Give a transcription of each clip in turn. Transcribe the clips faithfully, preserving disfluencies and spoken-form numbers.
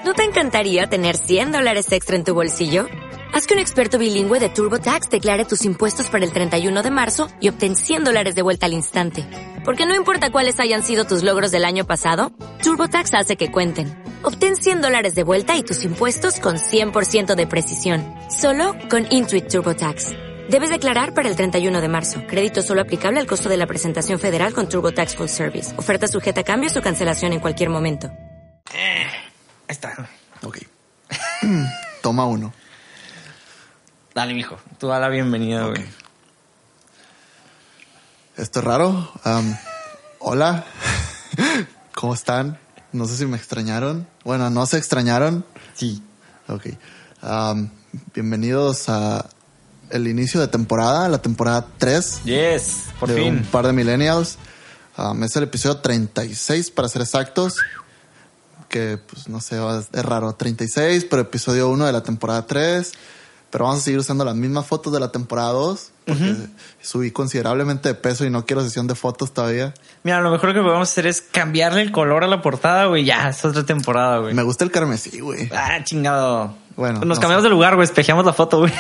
¿No te encantaría tener cien dólares extra en tu bolsillo? Haz que un experto bilingüe de TurboTax declare tus impuestos para el treinta y uno de marzo y obtén cien dólares de vuelta al instante. Porque no importa cuáles hayan sido tus logros del año pasado, TurboTax hace que cuenten. Obtén cien dólares de vuelta y tus impuestos con cien por ciento de precisión. Solo con Intuit TurboTax. Debes declarar para el treinta y uno de marzo. Crédito solo aplicable al costo de la presentación federal con TurboTax Full Service. Oferta sujeta a cambios o cancelación en cualquier momento. Eh, ahí está. Ok. Toma uno. Dale, mijo. Tú da la bienvenida, güey. Okay. Esto es raro. Um, hola. ¿Cómo están? No sé si me extrañaron. Bueno, ¿no se extrañaron? Sí. Ok. Um, bienvenidos a el inicio de temporada, la temporada tres. Yes, por de fin. Un par de millennials. Um, es el episodio treinta y seis, para ser exactos. Que, pues, no sé, es raro. treinta y seis, pero episodio uno de la temporada tres. Pero vamos a seguir usando las mismas fotos de la temporada dos. Porque uh-huh. subí considerablemente de peso y no quiero sesión de fotos todavía. Mira, lo mejor que podemos hacer es cambiarle el color a la portada, güey. Ya, es otra temporada, güey. Me gusta el carmesí, güey. Ah, chingado. Bueno. Nos no cambiamos sé. de lugar, güey. Espejeamos la foto, güey.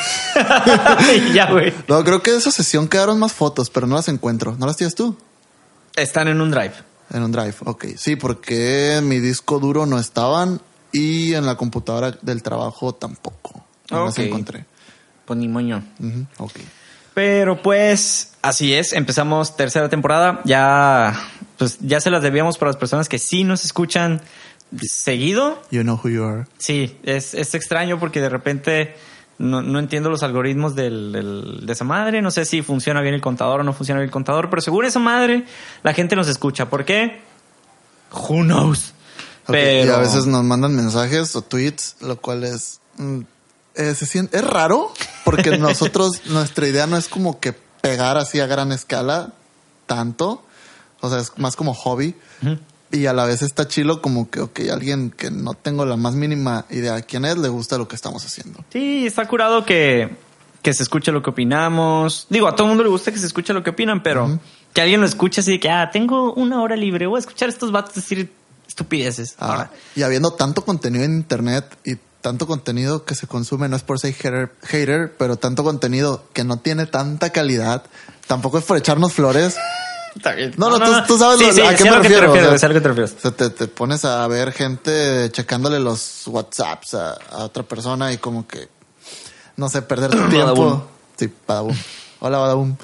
Ya, güey. No, creo que de esa sesión quedaron más fotos, pero no las encuentro. ¿No las tienes tú? Están en un drive. En un drive, ok. Sí, porque en mi disco duro no estaban y en la computadora del trabajo tampoco. No okay. las encontré. Pues ni moño. Uh-huh. Ok. Pero pues así es, empezamos tercera temporada. Ya, pues ya se las debíamos para las personas que sí nos escuchan seguido. You know who you are. Sí, es, es extraño porque de repente no, no entiendo los algoritmos del, del, de esa madre. No sé si funciona bien el contador o no funciona bien el contador, pero según esa madre la gente nos escucha. ¿Por qué? Who knows? Okay. Pero... Y a veces nos mandan mensajes o tweets, lo cual es... Mm, Eh, se siente, es raro porque nosotros, nuestra idea no es como que pegar así a gran escala tanto. O sea, es más como hobby. Uh-huh. Y a la vez está chilo como que, ok, alguien que no tengo la más mínima idea de quién es, le gusta lo que estamos haciendo. Sí, está curado que, que se escuche lo que opinamos. Digo, a todo el mundo le gusta que se escuche lo que opinan, pero uh-huh. que alguien lo escuche así de que, ah, tengo una hora libre, voy a escuchar a estos vatos decir estupideces. Ah, y habiendo tanto contenido en internet y tanto contenido que se consume, no es por ser hater, hater, pero tanto contenido que no tiene tanta calidad, tampoco es por echarnos flores. Está bien. No, no, no, tú, no. tú sabes sí, lo, sí, a qué sí, me a lo que te refiero. refieres, O sea, a lo que te refieres. O sea, te, te pones a ver gente checándole los WhatsApps a, a otra persona y como que, no sé, perder tu tiempo. Badaboom. Sí, Badaboom. Hola, Badaboom.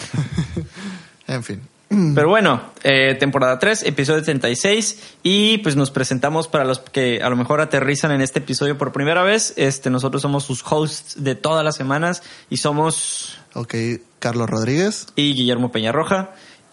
En fin. Pero bueno, eh, temporada tres, episodio treinta y seis. Y pues nos presentamos para los que a lo mejor aterrizan en este episodio por primera vez. Este, nosotros somos sus hosts de todas las semanas y somos... Ok, Carlos Rodríguez. Y Guillermo Peñarroja.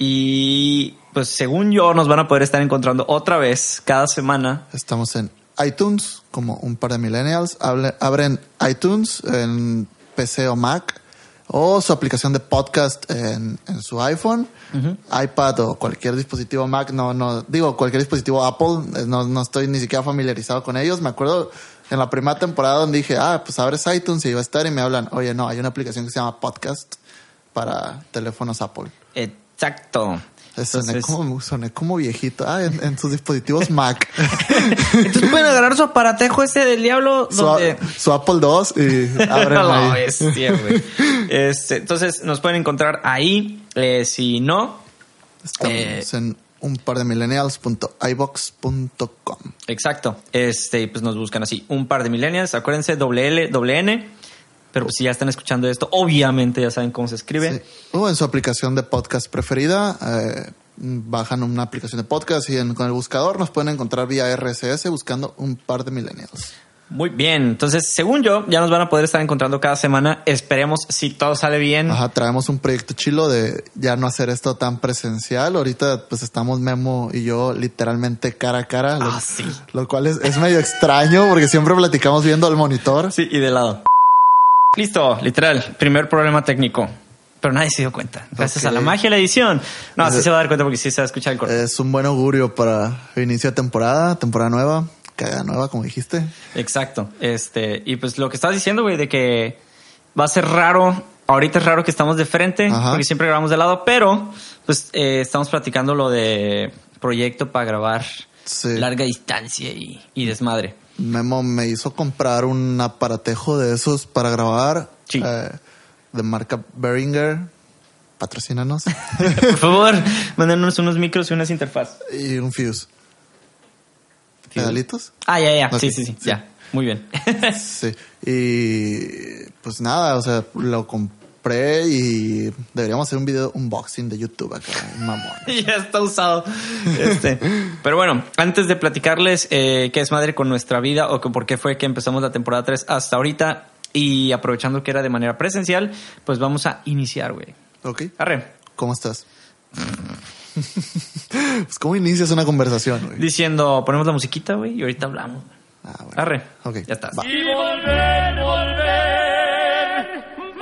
Y pues según yo nos van a poder estar encontrando otra vez cada semana. Estamos en iTunes, como un par de millennials. Hable, abren iTunes en P C o Mac. O su aplicación de podcast en, en su iPhone, uh-huh. iPad o cualquier dispositivo Mac. No, no, digo cualquier dispositivo Apple. No, no estoy ni siquiera familiarizado con ellos. Me acuerdo en la primera temporada donde dije, ah, pues abres iTunes y iba a estar y me hablan, oye, no, hay una aplicación que se llama Podcast para teléfonos Apple. Exacto. Soné, Entonces, como, soné como viejito. Ah, en, en sus dispositivos Mac. Entonces pueden agarrar su aparatejo ese del diablo. Su, donde... su Apple dos y abren no, ahí. Es, sí, güey. Este, entonces nos pueden encontrar ahí. Eh, si no... Estamos eh, en un par de millennials punto i box punto com. Exacto. Este, pues nos buscan así. Un par de millennials. Acuérdense, doble L, doble N. Pero pues si ya están escuchando esto, obviamente ya saben cómo se escribe. Sí. O en su aplicación de podcast preferida, eh, bajan una aplicación de podcast y en, con el buscador nos pueden encontrar vía R S S buscando un par de millennials. Muy bien. Entonces, según yo, ya nos van a poder estar encontrando cada semana. Esperemos si todo sale bien. Ajá, traemos un proyecto chilo de ya no hacer esto tan presencial. Ahorita pues estamos Memo y yo literalmente cara a cara. Ah, lo, sí. Lo cual es, es medio extraño porque siempre platicamos viendo al monitor. Sí, y de lado. Listo, literal. Primer problema técnico. Pero nadie se dio cuenta. Gracias okay. a la magia de la edición. No, es, sí se va a dar cuenta porque sí se va a escuchar el corte. Es un buen augurio para inicio de temporada, temporada nueva, caga nueva, como dijiste. Exacto. Este, y pues lo que estabas diciendo, güey, de que va a ser raro. Ahorita es raro que estamos de frente, Ajá. porque siempre grabamos de lado, pero pues eh, estamos platicando lo de proyecto para grabar Sí. larga distancia y, y desmadre. Memo me hizo comprar un aparatejo de esos para grabar. Sí. Eh, de marca Behringer. Patrocínanos. Por favor, mándanos unos micros y unas interfaz. Y un fuse. ¿Pedalitos? Ah, ya, ya. Okay. Sí, sí, sí, Sí. ya. Muy bien. Sí. Y pues nada, o sea, lo compré y deberíamos hacer un video unboxing de YouTube acá, mamón. Ya está usado. Este. Pero bueno, antes de platicarles eh, qué es madre con nuestra vida o que por qué fue que empezamos la temporada tres hasta ahorita y aprovechando que era de manera presencial, pues vamos a iniciar, güey. Ok. Arre. ¿Cómo estás? Pues cómo inicias una conversación, güey. Diciendo, ponemos la musiquita, güey, y ahorita hablamos. Ah, bueno. Arre. Ok. Ya estás. Va. Y volver, volver,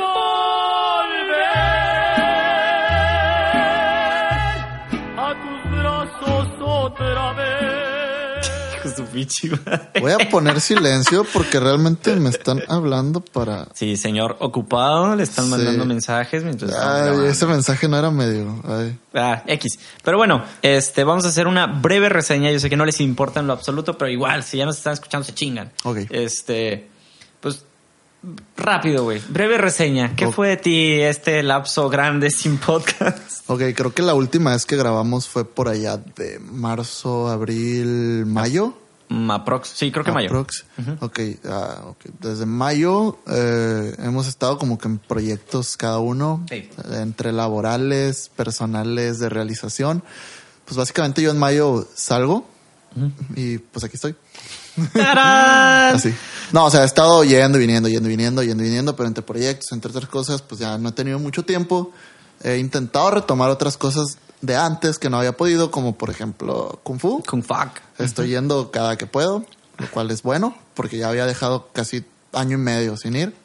volver a tus brazos otra vez. Con su pichi, madre. Voy a poner silencio porque realmente me están hablando para... Sí, señor ocupado, le están Sí. mandando mensajes mientras estamos Ay, grabando. ese mensaje no era medio... Ay. Ah, X. Pero bueno, este, vamos a hacer una breve reseña. Yo sé que no les importa en lo absoluto, pero igual, si ya nos están escuchando, se chingan. Ok. Este, pues, rápido, güey. Breve reseña. ¿Qué Ok. fue de ti este lapso grande sin podcast? Ok, creo que la última vez que grabamos fue por allá de marzo, abril, mayo. Mm, Aprox. Sí, creo que mayo. Aprox. Ok, ah, ok. Desde mayo eh, hemos estado como que en proyectos cada uno, Sí. eh, entre laborales, personales, de realización. Pues básicamente yo en mayo salgo y pues aquí estoy. ¡Tarán! Así. No, o sea, he estado yendo y viniendo, yendo y viniendo, yendo y viniendo, pero entre proyectos, entre otras cosas, pues ya no he tenido mucho tiempo. He intentado retomar otras cosas de antes que no había podido, como por ejemplo Kung Fu. Kung fuck. Estoy yendo cada que puedo, lo cual es bueno, porque ya había dejado casi año y medio sin ir.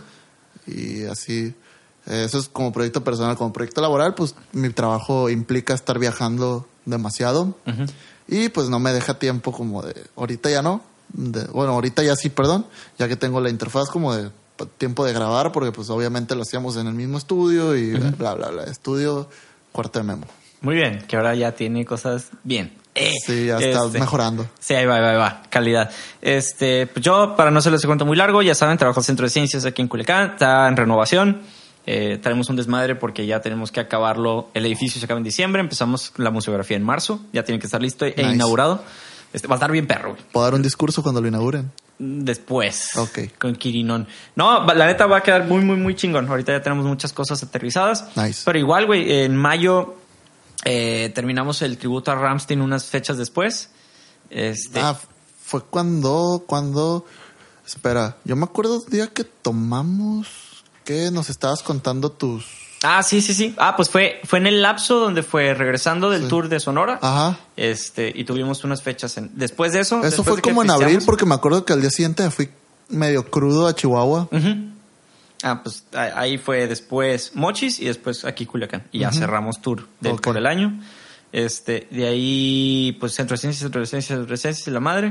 Y así, eh, eso es como proyecto personal. Como proyecto laboral, pues mi trabajo implica estar viajando demasiado. Y pues no me deja tiempo como de, ahorita ya no. De, bueno, ahorita ya sí, perdón, ya que tengo la interfaz como de p- tiempo de grabar, porque pues obviamente lo hacíamos en el mismo estudio y bla, bla, bla. Estudio, cuarto de Memo. Muy bien, que ahora ya tiene cosas bien. Eh, Sí, ya está este, mejorando. Sí, ahí va, ahí va, ahí va. Calidad. Este, pues yo, para no hacerles el cuento muy largo, ya saben, trabajo en el Centro de Ciencias aquí en Culiacán, está en renovación. Eh, traemos un desmadre porque ya tenemos que acabarlo. El edificio se acaba en diciembre, empezamos la museografía en marzo, ya tiene que estar listo e Nice. inaugurado. Este, va a estar bien perro, güey. ¿Puedo dar un discurso cuando lo inauguren? Después. Ok. Con Quirinón. No, va- la neta va a quedar muy, muy, muy chingón. Ahorita ya tenemos muchas cosas aterrizadas. Nice. Pero igual, güey, en mayo eh, terminamos el tributo a Rammstein unas fechas después. Este, Ah, fue cuando, cuando... Espera, yo me acuerdo el día que tomamos... que nos estabas contando tus... ah, sí, sí, sí. Ah, pues fue, fue en el lapso donde fue regresando del Sí. tour de Sonora. Ajá. Este, y tuvimos unas fechas en, después de eso. Eso después fue de que como en abril, pisteamos. porque me acuerdo que al día siguiente me fui medio crudo a Chihuahua. Ujú. Ah, pues a- ahí fue después Mochis y después aquí Culiacán. Y ya cerramos tour de, Ok. por el año. Este, de ahí, pues Centro de Ciencias, Centro de Ciencias, Centro de Ciencias y la madre.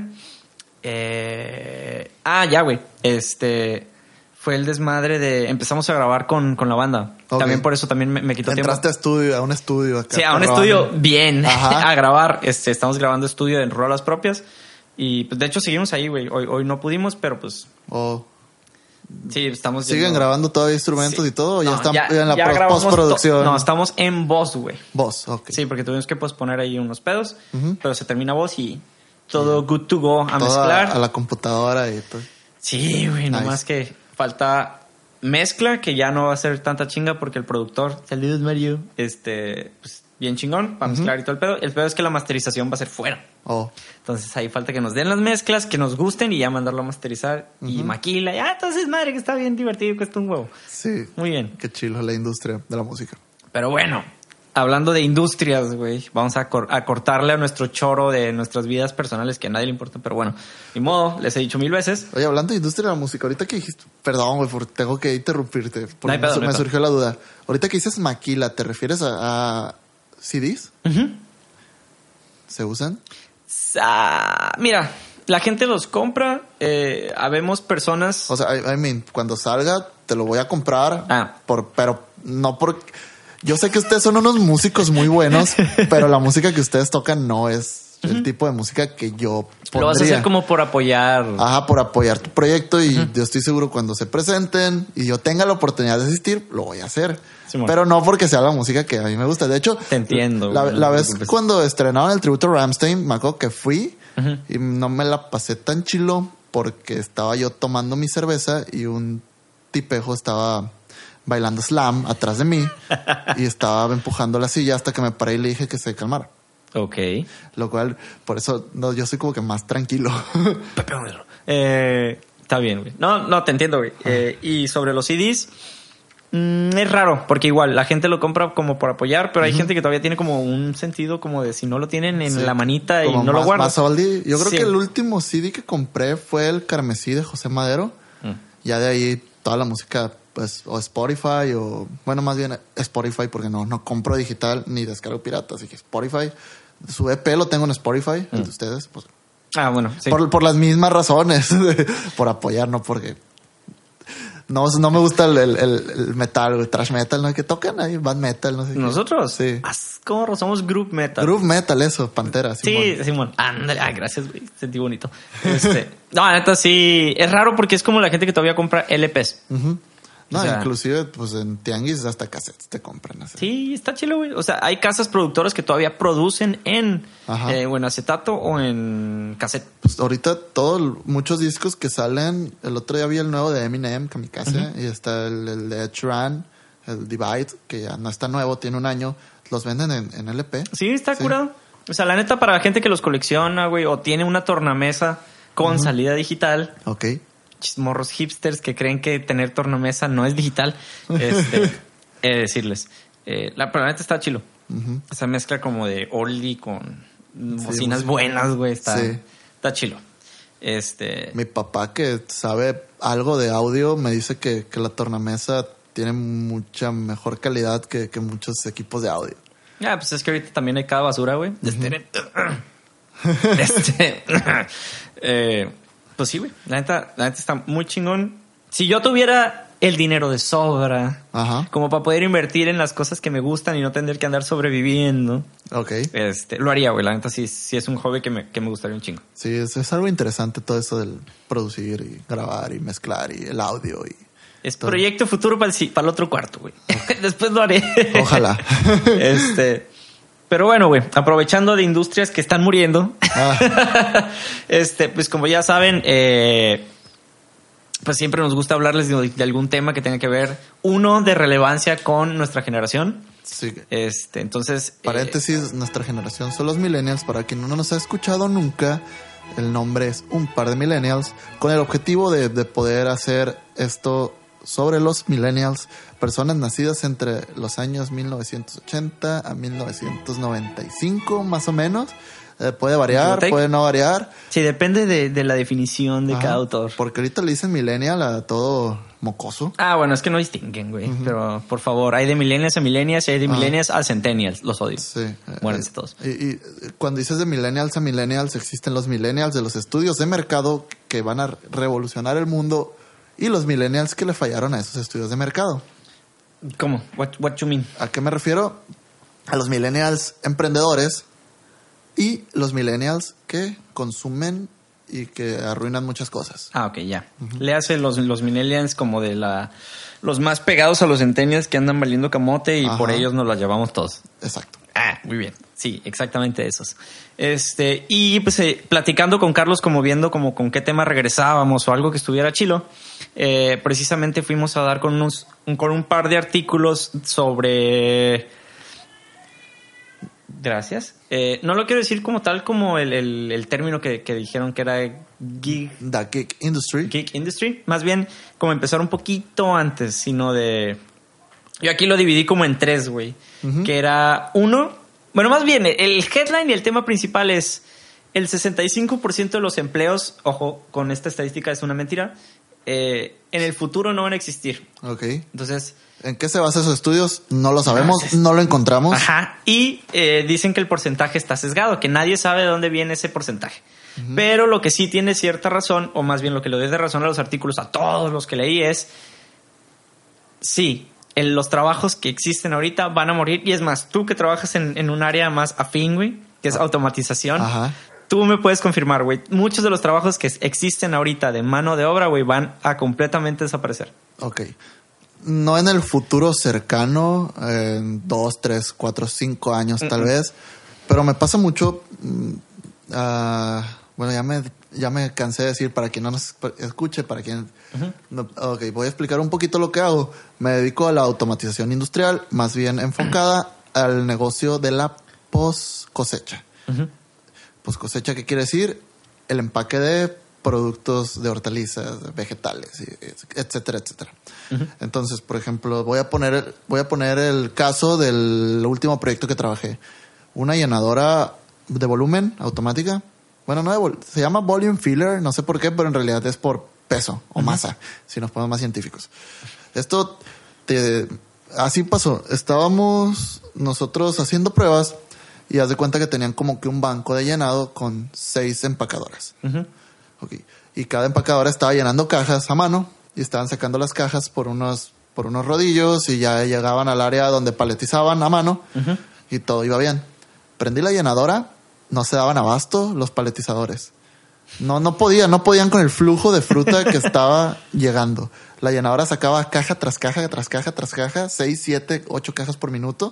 Eh, ah, ya, güey. Este, fue el desmadre de... Empezamos a grabar con, con la banda. Ok. También por eso también me, me quitó tiempo. Entraste a estudio, a un estudio acá. Sí, a un perrón. estudio bien. Ajá. A grabar. Este, estamos grabando estudio en rolas propias. Y pues de hecho seguimos ahí, güey. Hoy, hoy no pudimos, pero pues O sí, estamos... ¿siguen yendo- grabando todavía instrumentos Sí. y todo? ¿O ya No, están ya- en la ya pro- grabamos postproducción? to- No, estamos en voz, güey. Vos, ok. Sí, porque tuvimos que posponer ahí unos pedos, Ujú. pero se termina voz y todo good to go a Todo mezclar. a la computadora y todo. Sí, güey, Nice. nomás que falta mezcla, que ya no va a ser tanta chinga porque el productor, saludos Mario, este, pues bien chingón para mezclar y todo el pedo. El pedo es que la masterización va a ser fuera. Oh, Entonces ahí falta que nos den las mezclas, que nos gusten y ya mandarlo a masterizar y maquila. Ya, entonces madre que está bien divertido, cuesta un huevo. sí. Muy bien. Qué chilo la industria de la música. Pero bueno, hablando de industrias, güey, vamos a, cor- a cortarle a nuestro choro de nuestras vidas personales que a nadie le importa, pero bueno, ni modo, les he dicho mil veces. Oye, hablando de industria de la música, ahorita que dijiste... Perdón, güey, porque tengo que interrumpirte. Porque No hay pedo, me, su- no hay me pedo. surgió la duda. Ahorita que dices maquila, ¿te refieres a, a C Ds? Ujú. ¿Se usan? Ah, mira, la gente los compra, eh, habemos personas... O sea, I, I mean, cuando salga te lo voy a comprar, Ah. por, pero no por... Yo sé que ustedes son unos músicos muy buenos, pero la música que ustedes tocan no es uh-huh. el tipo de música que yo pondría. Lo vas a hacer como por apoyar. Ajá, por apoyar tu proyecto y uh-huh. yo estoy seguro cuando se presenten y yo tenga la oportunidad de asistir, lo voy a hacer. Sí, pero no porque sea la música que a mí me gusta. De hecho, te entiendo. La, la vez cuando estrenaron el tributo a Rammstein, me acuerdo que fui uh-huh. y no me la pasé tan chilo porque estaba yo tomando mi cerveza y un tipejo estaba bailando slam atrás de mí y estaba empujando la silla hasta que me paré y le dije que se calmara. Ok. Lo cual, por eso, no, yo soy como que más tranquilo. eh, está bien, güey. No, no, te entiendo, güey. Eh, y sobre los C Ds, mmm, es raro, porque igual la gente lo compra como por apoyar, pero hay uh-huh. gente que todavía tiene como un sentido como de si no lo tienen en sí. la manita como y no más, lo guardan. Más oldie. Yo creo sí. que el último C D que compré fue el Carmesí de José Madero. Uh. Ya de ahí toda la música, pues, o Spotify o, bueno, más bien Spotify porque no, no compro digital ni descargo pirata, así que Spotify. Su E P lo tengo en Spotify, mm. el de ustedes, pues. Ah, bueno, sí. Por, por las mismas razones, por apoyar, no porque no, no me gusta el, el, el metal, el thrash metal, ¿no? Que tocan ahí, band metal, no sé. ¿Nosotros? Qué. Sí. ¿Cómo? Somos group metal. Group metal, eso, Pantera. Simón. Sí, Simón. Ándale, ah, gracias, güey. Sentí bonito. Este, no, neta, sí. Es raro porque es como la gente que todavía compra L Ps. Uh-huh. No, o sea, inclusive, pues en tianguis hasta cassettes te compran. Así. Sí, está chido, güey. O sea, hay casas productoras que todavía producen en, eh, o en acetato o en cassette. Pues ahorita todos, muchos discos que salen, el otro día vi el nuevo de Eminem, Kamikaze, uh-huh. y está el, el de Ed Sheeran, el Divide, que ya no está nuevo, tiene un año, los venden en, en L P. Sí, está sí. curado. O sea, la neta, para la gente que los colecciona, güey, o tiene una tornamesa con uh-huh. salida digital. Ok. Morros hipsters que creen que tener tornamesa no es digital, este, eh, decirles, eh, la planeta está chilo. Uh-huh. Esa mezcla como de oldie con bocinas sí, buenas, güey, está, sí. está chilo. Este, mi papá que sabe algo de audio me dice que, que la tornamesa tiene mucha mejor calidad que, que muchos equipos de audio. Ah, pues es que ahorita también hay cada basura, güey. Uh-huh. Este, este eh, pues sí, güey. La neta, la neta está muy chingón. Si yo tuviera el dinero de sobra, ajá, como para poder invertir en las cosas que me gustan y no tener que andar sobreviviendo, okay, este, lo haría, güey. La neta sí, sí es un hobby que me, que me gustaría un chingo. Sí, es, es algo interesante todo eso del producir y grabar y mezclar y el audio y es todo. Proyecto futuro para el, para el otro cuarto, güey. Okay. Después lo haré. Ojalá. este... Pero bueno, güey, aprovechando de industrias que están muriendo, ah. este, pues como ya saben, eh, pues siempre nos gusta hablarles de, de algún tema que tenga que ver, uno, de relevancia con nuestra generación. Sí. Este, entonces... Paréntesis, eh, nuestra generación son los millennials. Para quien no nos ha escuchado nunca, el nombre es Un Par de Millennials, con el objetivo de, de poder hacer esto sobre los millennials, personas nacidas entre los años mil novecientos ochenta a mil novecientos noventa y cinco, más o menos. Eh, puede variar, puede no variar. Sí, depende de, de la definición de Ajá, cada autor. Porque ahorita le dicen millennial a todo mocoso. Ah, bueno, es que no distinguen, güey. Uh-huh. Pero, por favor, hay de millennials a millennials y hay de millennials a centennials. Los odio. Sí. Muérense eh, todos. Y, y cuando dices de millennials a millennials, existen los millennials de los estudios de mercado que van a revolucionar el mundo y los millennials que le fallaron a esos estudios de mercado. ¿Cómo? What, what you mean? ¿A qué me refiero? A los millennials emprendedores y los millennials que consumen y que arruinan muchas cosas. Ah, ok, ya. Uh-huh. Le hace los, los millennials como de la... Los más pegados a los centennials que andan valiendo camote y Ajá, por ellos nos las llevamos todos. Exacto. Ah, muy bien. Sí, exactamente esos. Este, y pues eh, platicando con Carlos, como viendo como con qué tema regresábamos o algo que estuviera chilo, eh, precisamente fuimos a dar con unos, un, con un par de artículos sobre... Gracias. Eh, no lo quiero decir como tal como el, el, el término que, que dijeron que era gig... The gig industry. Gig industry. Más bien como empezar un poquito antes, sino de... Yo aquí lo dividí como en tres, güey. Uh-huh. Que era uno... Bueno, más bien, el headline y el tema principal es el sesenta y cinco por ciento de los empleos, ojo, con esta estadística es una mentira, eh, en el futuro no van a existir. Ok. Entonces... ¿En qué se basan esos estudios? No lo sabemos, no, es... no lo encontramos. Ajá. Y eh, dicen que el porcentaje está sesgado, que nadie sabe de dónde viene ese porcentaje. Uh-huh. Pero lo que sí tiene cierta razón, o más bien lo que le doy de razón a los artículos, a todos los que leí, es... Sí, en los trabajos que existen ahorita van a morir. Y es más, tú que trabajas en, en un área más afín, güey, que es automatización. Ajá. Tú me puedes confirmar, güey. Muchos de los trabajos que existen ahorita de mano de obra, güey, van a completamente desaparecer. Ok. No en el futuro cercano, en dos, tres, cuatro, cinco años tal Mm-mm. vez, pero me pasa mucho. Uh, bueno, ya me, ya me cansé de decir para quien no nos escuche, para quien. Uh-huh. No, ok, voy a explicar un poquito lo que hago. Me dedico a la automatización industrial, más bien enfocada al negocio de la post cosecha. Uh-huh. Post cosecha, ¿qué quiere decir? El empaque de productos de hortalizas, vegetales, etcétera, etcétera. Uh-huh. Entonces, por ejemplo, voy a poner, voy a poner el caso del último proyecto que trabajé. Una llenadora de volumen automática. Bueno, no de vol- se llama volume filler, no sé por qué, pero en realidad es por peso o uh-huh. masa, si nos ponemos más científicos. Esto, te, así pasó. Estábamos nosotros haciendo pruebas y haz de cuenta que tenían como que un banco de llenado con seis empacadoras. Uh-huh. Okay. Y cada empacadora estaba llenando cajas a mano y estaban sacando las cajas por unos, por unos rodillos y ya llegaban al área donde paletizaban a mano uh-huh. y todo iba bien. Prendí la llenadora, no se daban abasto los paletizadores. No, no podían, no podían con el flujo de fruta que estaba llegando. La llenadora sacaba caja tras caja, tras caja, tras caja, seis, siete, ocho cajas por minuto.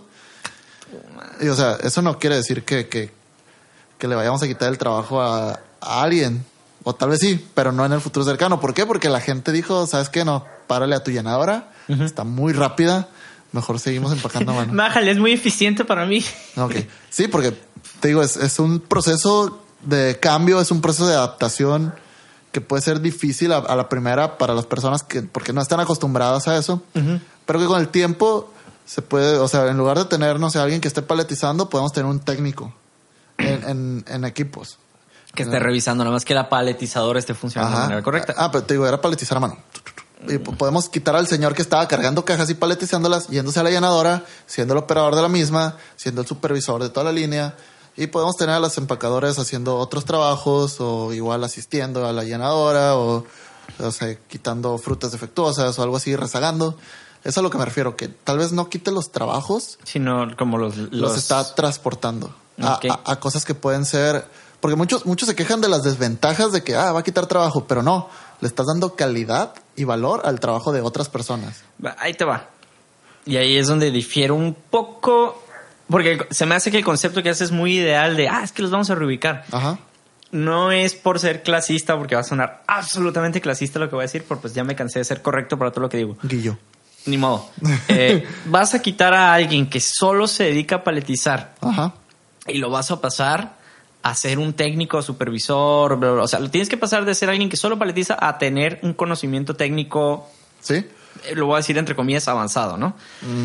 Y o sea, eso no quiere decir que, que, que le vayamos a quitar el trabajo a, a alguien. O tal vez sí, pero no en el futuro cercano. ¿Por qué? Porque la gente dijo, ¿sabes qué? No, párale a tu llenadora. Uh-huh. Está muy rápida. Mejor seguimos empacando a mano. Bájale, es muy eficiente para mí. Ok. Sí, porque te digo, es, es un proceso de cambio, es un proceso de adaptación que puede ser difícil a, a la primera para las personas que, porque no están acostumbradas a eso. Uh-huh. Pero que con el tiempo se puede, o sea, en lugar de tener, no sé, alguien que esté paletizando, podemos tener un técnico en, en, en equipos. Que esté revisando, nada más que la paletizadora esté funcionando Ajá. de manera correcta. Ah, pero te digo, era paletizar a mano. Y podemos quitar al señor que estaba cargando cajas y paletizándolas, yéndose a la llenadora, siendo el operador de la misma, siendo el supervisor de toda la línea. Y podemos tener a los empacadores haciendo otros trabajos o igual asistiendo a la llenadora o, o sea, quitando frutas defectuosas o algo así, rezagando. Eso es a lo que me refiero, que tal vez no quite los trabajos, sino como los... Los, los está transportando okay. a, a, a cosas que pueden ser... Porque muchos, muchos se quejan de las desventajas de que ah, va a quitar trabajo, pero no, le estás dando calidad y valor al trabajo de otras personas. Ahí te va. Y ahí es donde difiero un poco, porque se me hace que el concepto que haces es muy ideal de, ah, es que los vamos a reubicar. Ajá. No es por ser clasista, porque va a sonar absolutamente clasista lo que voy a decir, porque pues ya me cansé de ser correcto para todo lo que digo. Guillo. Ni modo. Eh, vas a quitar a alguien que solo se dedica a paletizar. Ajá. Y lo vas a pasar a ser un técnico, supervisor, bla, bla, o sea, lo tienes que pasar de ser alguien que solo paletiza a tener un conocimiento técnico, sí, lo voy a decir entre comillas, avanzado, ¿no?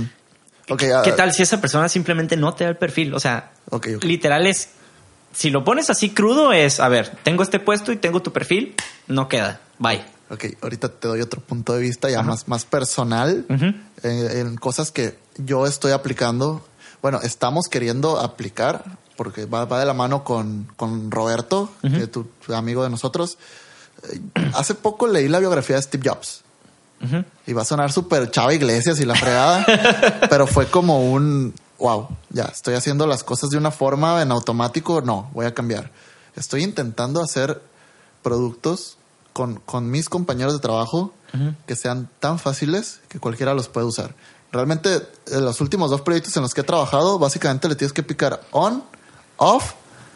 Mm. Okay, ¿Qué uh, tal si esa persona simplemente no te da el perfil? O sea, okay, okay. literal es, si lo pones así crudo es, a ver, tengo este puesto y tengo tu perfil, no queda, bye. Ok, ahorita te doy otro punto de vista ya más, más personal uh-huh. en, en cosas que yo estoy aplicando. Bueno, estamos queriendo aplicar porque va, va de la mano con, con Roberto, uh-huh. que es tu, tu amigo de nosotros. Eh, hace poco leí la biografía de Steve Jobs. Uh-huh. Y va a sonar súper Chava Iglesias y la fregada, pero fue como un, wow, ya, estoy haciendo las cosas de una forma en automático. No, voy a cambiar. Estoy intentando hacer productos con, con mis compañeros de trabajo uh-huh. que sean tan fáciles que cualquiera los puede usar. Realmente, en los últimos dos proyectos en los que he trabajado, básicamente le tienes que picar on, off,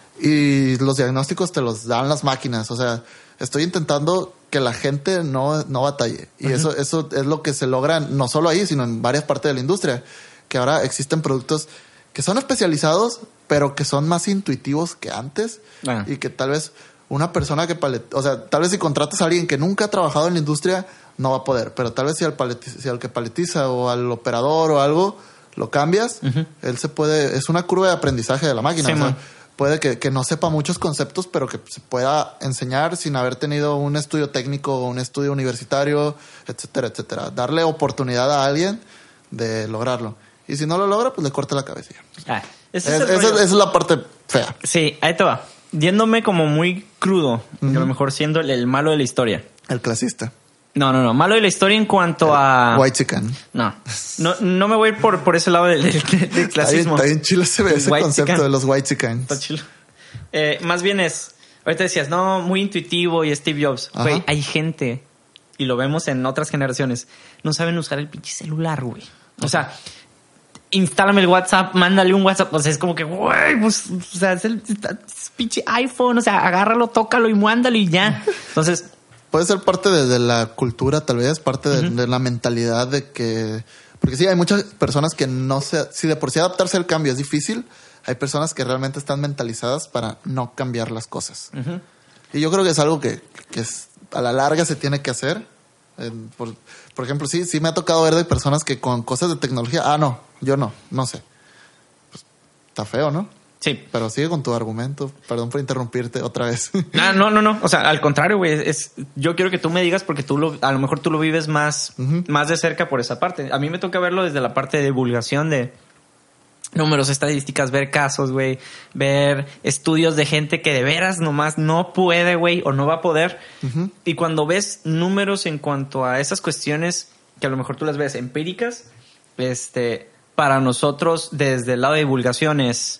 y los diagnósticos te los dan las máquinas. O sea, estoy intentando que la gente no, no batalle. Y uh-huh. eso, eso es lo que se logra no solo ahí, sino en varias partes de la industria. Que ahora existen productos que son especializados, pero que son más intuitivos que antes. Uh-huh. Y que tal vez una persona que paletiza, o sea, tal vez si contratas a alguien que nunca ha trabajado en la industria, no va a poder. Pero tal vez si al, paletiza, si al que paletiza o al operador o algo lo cambias, uh-huh. él se puede... Es una curva de aprendizaje de la máquina. Sí, o sea, puede que, que no sepa muchos conceptos, pero que se pueda enseñar sin haber tenido un estudio técnico o un estudio universitario, etcétera, etcétera. Darle oportunidad a alguien de lograrlo. Y si no lo logra, pues le corta la cabeza. Ah, es, es, esa, esa es la parte fea. Sí, ahí te va. Yéndome como muy crudo, uh-huh. a lo mejor siendo el, el malo de la historia. El clasista. No, no, no. Malo de la historia en cuanto a... White chicken. No. No, no me voy a ir por, por ese lado del, del, del clasismo. Está bien chilo ese, ese White concepto chicken. de los white chickens. Está chilo. Eh, más bien es... Ahorita decías, no, muy intuitivo y Steve Jobs. Güey, Ajá. hay gente, y lo vemos en otras generaciones, no saben usar el pinche celular, güey. O sea, instálame el WhatsApp, mándale un WhatsApp. O sea, es como que, güey, pues, o sea, es el es pinche iPhone. O sea, agárralo, tócalo y mándalo y ya. Entonces... Puede ser parte de, de la cultura, tal vez, parte de, Uh-huh. de la mentalidad de que... Porque sí, hay muchas personas que no se... Si de por sí adaptarse al cambio es difícil, hay personas que realmente están mentalizadas para no cambiar las cosas. Uh-huh. Y yo creo que es algo que, que es, a la larga se tiene que hacer. Eh, por, por ejemplo, sí, sí me ha tocado ver de personas que con cosas de tecnología... Ah, no, yo no, no sé. Pues, está feo, ¿no? Sí. Pero sigue con tu argumento. Perdón por interrumpirte otra vez. Ah, no, no, no. O sea, al contrario, güey. Es, yo quiero que tú me digas porque tú lo, a lo mejor tú lo vives más, Uh-huh. más de cerca por esa parte. A mí me toca verlo desde la parte de divulgación de números, estadísticas, ver casos, güey, ver estudios de gente que de veras nomás no puede, güey, o no va a poder. Uh-huh. Y cuando ves números en cuanto a esas cuestiones que a lo mejor tú las ves empíricas, este, para nosotros desde el lado de divulgación es...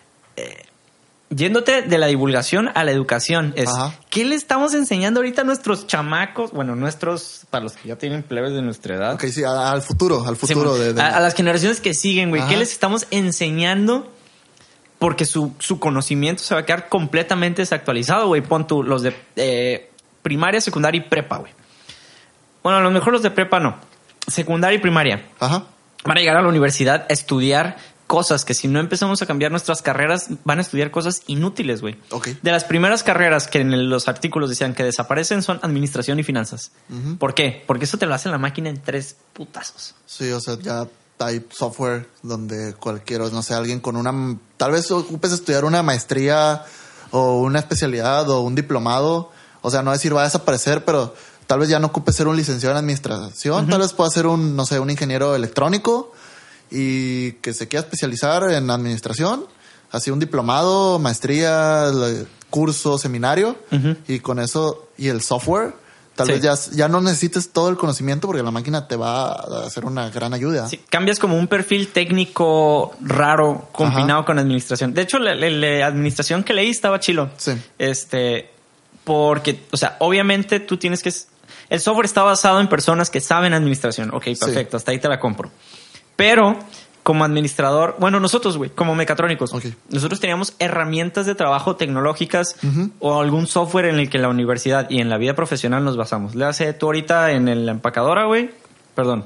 Eh, yéndote de la divulgación a la educación, es Ajá. ¿qué le estamos enseñando ahorita a nuestros chamacos? Bueno, nuestros, para los que ya tienen plebes de nuestra edad. Ok, sí, a- al futuro, al futuro Sí, de, de- a, a las generaciones que siguen, güey. ¿Qué Ajá. les estamos enseñando? Porque su, su conocimiento se va a quedar completamente desactualizado, güey. Pon tú los de eh, primaria, secundaria y prepa, güey. Bueno, a lo mejor los de prepa no. Secundaria y primaria. Ajá. Van a llegar a la universidad a estudiar cosas que si no empezamos a cambiar nuestras carreras, van a estudiar cosas inútiles, güey. Ok. De las primeras carreras que en el- los artículos decían que desaparecen son administración y finanzas. Ujú. ¿Por qué? Porque eso te lo hace la máquina en tres putazos. Sí, o sea, ya hay software donde cualquiera, no sé, alguien con una... Tal vez ocupes estudiar una maestría o una especialidad o un diplomado. O sea, no decir va a desaparecer, pero tal vez ya no ocupes ser un licenciado en administración. Ujú. Tal vez pueda ser un, no sé, un ingeniero electrónico y que se quiera especializar en administración. Así un diplomado, maestría, le- curso, seminario. Ujú. Y con eso, y el software, tal Sí. vez ya, ya no necesites todo el conocimiento porque la máquina te va a hacer una gran ayuda. Sí, cambias como un perfil técnico raro combinado Ajá. con administración. De hecho, la, la- la administración que leí estaba chilo. Sí. Este, porque, o sea, obviamente tú tienes que... El software está basado en personas que saben administración. Ok, perfecto, hasta ahí te la compro. Pero como administrador, bueno, nosotros, güey, como mecatrónicos, Ok. nosotros teníamos herramientas de trabajo tecnológicas Ujú. o algún software en el que la universidad y en la vida profesional nos basamos. Le hace tú ahorita en el- la empacadora, güey, perdón,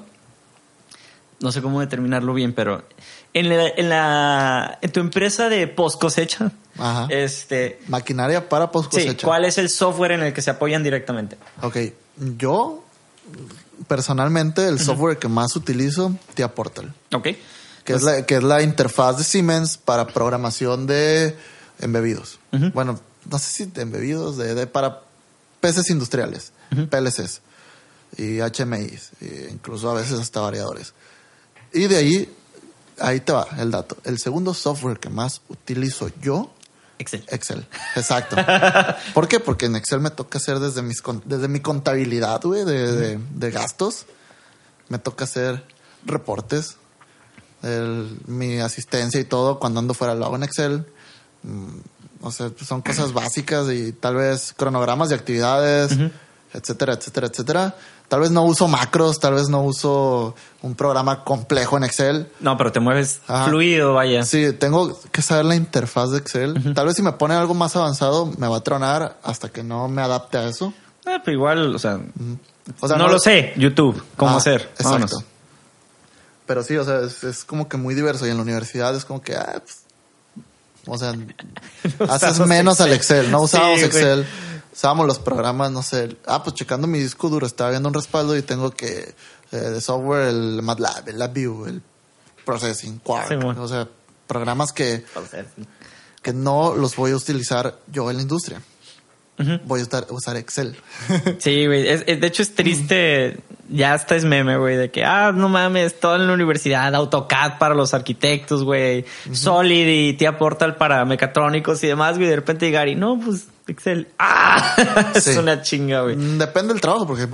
no sé cómo determinarlo bien, pero en la, en la en tu empresa de post cosecha, Ajá. este, Maquinaria para post sí, cosecha. ¿cuál es el software en el que se apoyan directamente? Ok, yo personalmente el software que más utilizo, Tia Portal, Ok. que, es la, que es la interfaz de Siemens para programación de embebidos. Ujú. Bueno, no sé si de embebidos, de, de para peces industriales, Ujú. P L Cs y H M Is, e incluso a veces hasta variadores. Y de ahí, ahí te va el dato. El segundo software que más utilizo yo, Excel. Excel. Exacto. ¿Por qué? Porque en Excel me toca hacer desde mis con- desde mi contabilidad, güey, de, de, de gastos. Me toca hacer reportes, el- mi asistencia y todo. Cuando ando fuera lo hago en Excel. Mm, o sea, pues son cosas básicas y tal vez cronogramas de actividades, Ujú. etcétera, etcétera, etcétera. Tal vez no uso macros, tal vez no uso un programa complejo en Excel. No, pero te mueves Ajá. fluido, vaya. Sí, tengo que saber la interfaz de Excel. Tal vez si me pone algo más avanzado, me va a tronar hasta que no me adapte a eso. Eh, pero igual, o sea, O sea, no, lo sé, YouTube, cómo Ah, hacer. Exacto. Vámonos. Pero sí, o sea, es, es como que muy diverso. Y en la universidad es como que, ah, pues, o sea, haces Usamos menos Excel. al Excel. No usábamos Sí, güey. Excel. Usábamos los programas, no sé. Ah, pues checando mi disco duro, estaba viendo un respaldo y tengo que, eh, de software, el MATLAB, el LabVIEW, el Processing, Quark. Sí, bueno. O sea, programas que, que no los voy a utilizar yo en la industria. Ujú. Voy a usar, usar Excel. Sí, güey. Es- es- de hecho, es triste. Ya hasta es meme, güey, de que, ah, no mames, todo en la universidad, AutoCAD para los arquitectos, güey, Solid y Tia Portal para mecatrónicos y demás, güey. De repente llegar y no, pues Excel. ¡Ah! Es Sí. una chinga, güey. Mm, Depende del trabajo, por ejemplo.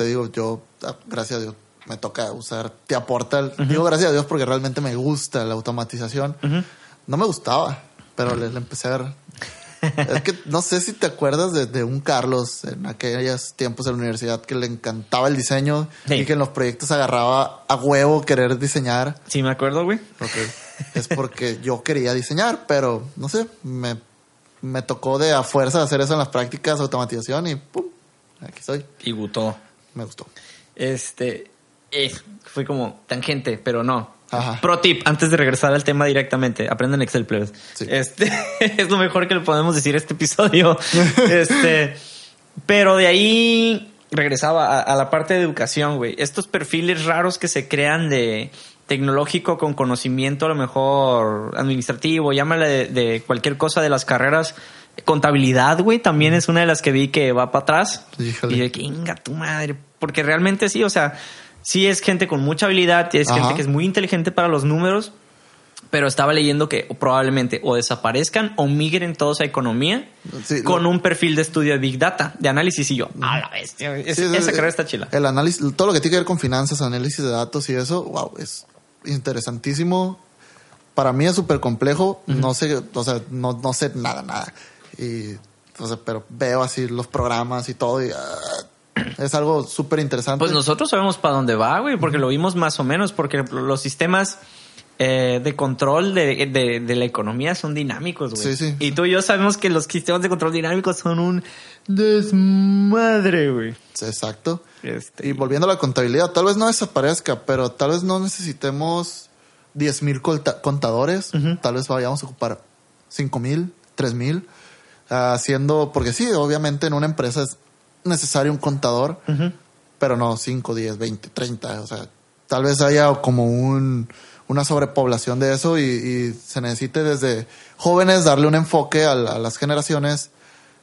te digo, yo, gracias a Dios, me toca usar Tia Portal. Uh-huh. Digo gracias a Dios porque realmente me gusta la automatización. Uh-huh. No me gustaba, pero le, le empecé a ver. Es que no sé si te acuerdas de, de un Carlos en aquellos tiempos de la universidad que le encantaba el diseño sí. y que en los proyectos agarraba a huevo querer diseñar. Sí, me acuerdo, güey. Okay. Es porque yo quería diseñar, pero no sé, me, me tocó de a fuerza hacer eso en las prácticas, automatización y pum, aquí soy. Y gustó. Me gustó. Este, eh, fue como tangente, pero no. Ajá. Pro tip, antes de regresar al tema directamente, aprendan Excel, plebes. Sí. Este, es lo mejor que le podemos decir a este episodio. este, pero de ahí regresaba a, a la parte de educación, güey. Estos perfiles raros que se crean de tecnológico con conocimiento, a lo mejor administrativo, llámale de, de cualquier cosa de las carreras. Contabilidad, güey, también es una de las que vi que va para atrás. Híjole. Y de que, inga tu madre. Porque realmente sí, o sea, sí es gente con mucha habilidad, es Ajá. gente que es muy inteligente para los números, pero estaba leyendo que probablemente o desaparezcan o migren todos a economía sí, con lo... un perfil de estudio de Big Data, de análisis y yo, a la bestia, es, sí, esa carrera está chila. El análisis, todo lo que tiene que ver con finanzas, análisis de datos y eso, wow, es interesantísimo. Para mí es súper complejo, uh-huh. no sé, o sea, no, no sé nada, nada. Y, o sea, pero veo así los programas y todo y... Uh, es algo súper interesante. Pues nosotros sabemos para dónde va, güey, porque uh-huh. lo vimos más o menos, porque los sistemas eh, de control de, de, de la economía son dinámicos, güey. Sí, sí. Y tú y yo sabemos que los sistemas de control dinámicos son un desmadre, güey. Sí, exacto. Este... Y volviendo a la contabilidad, tal vez no desaparezca, pero tal vez no necesitemos diez mil contadores. Uh-huh. Tal vez vayamos a ocupar cinco mil, tres mil, haciendo, porque sí, obviamente en una empresa es necesario un contador, uh-huh. pero no cinco, diez, veinte, treinta. O sea, tal vez haya como un, una sobrepoblación de eso y, y se necesite desde jóvenes darle un enfoque a, a las generaciones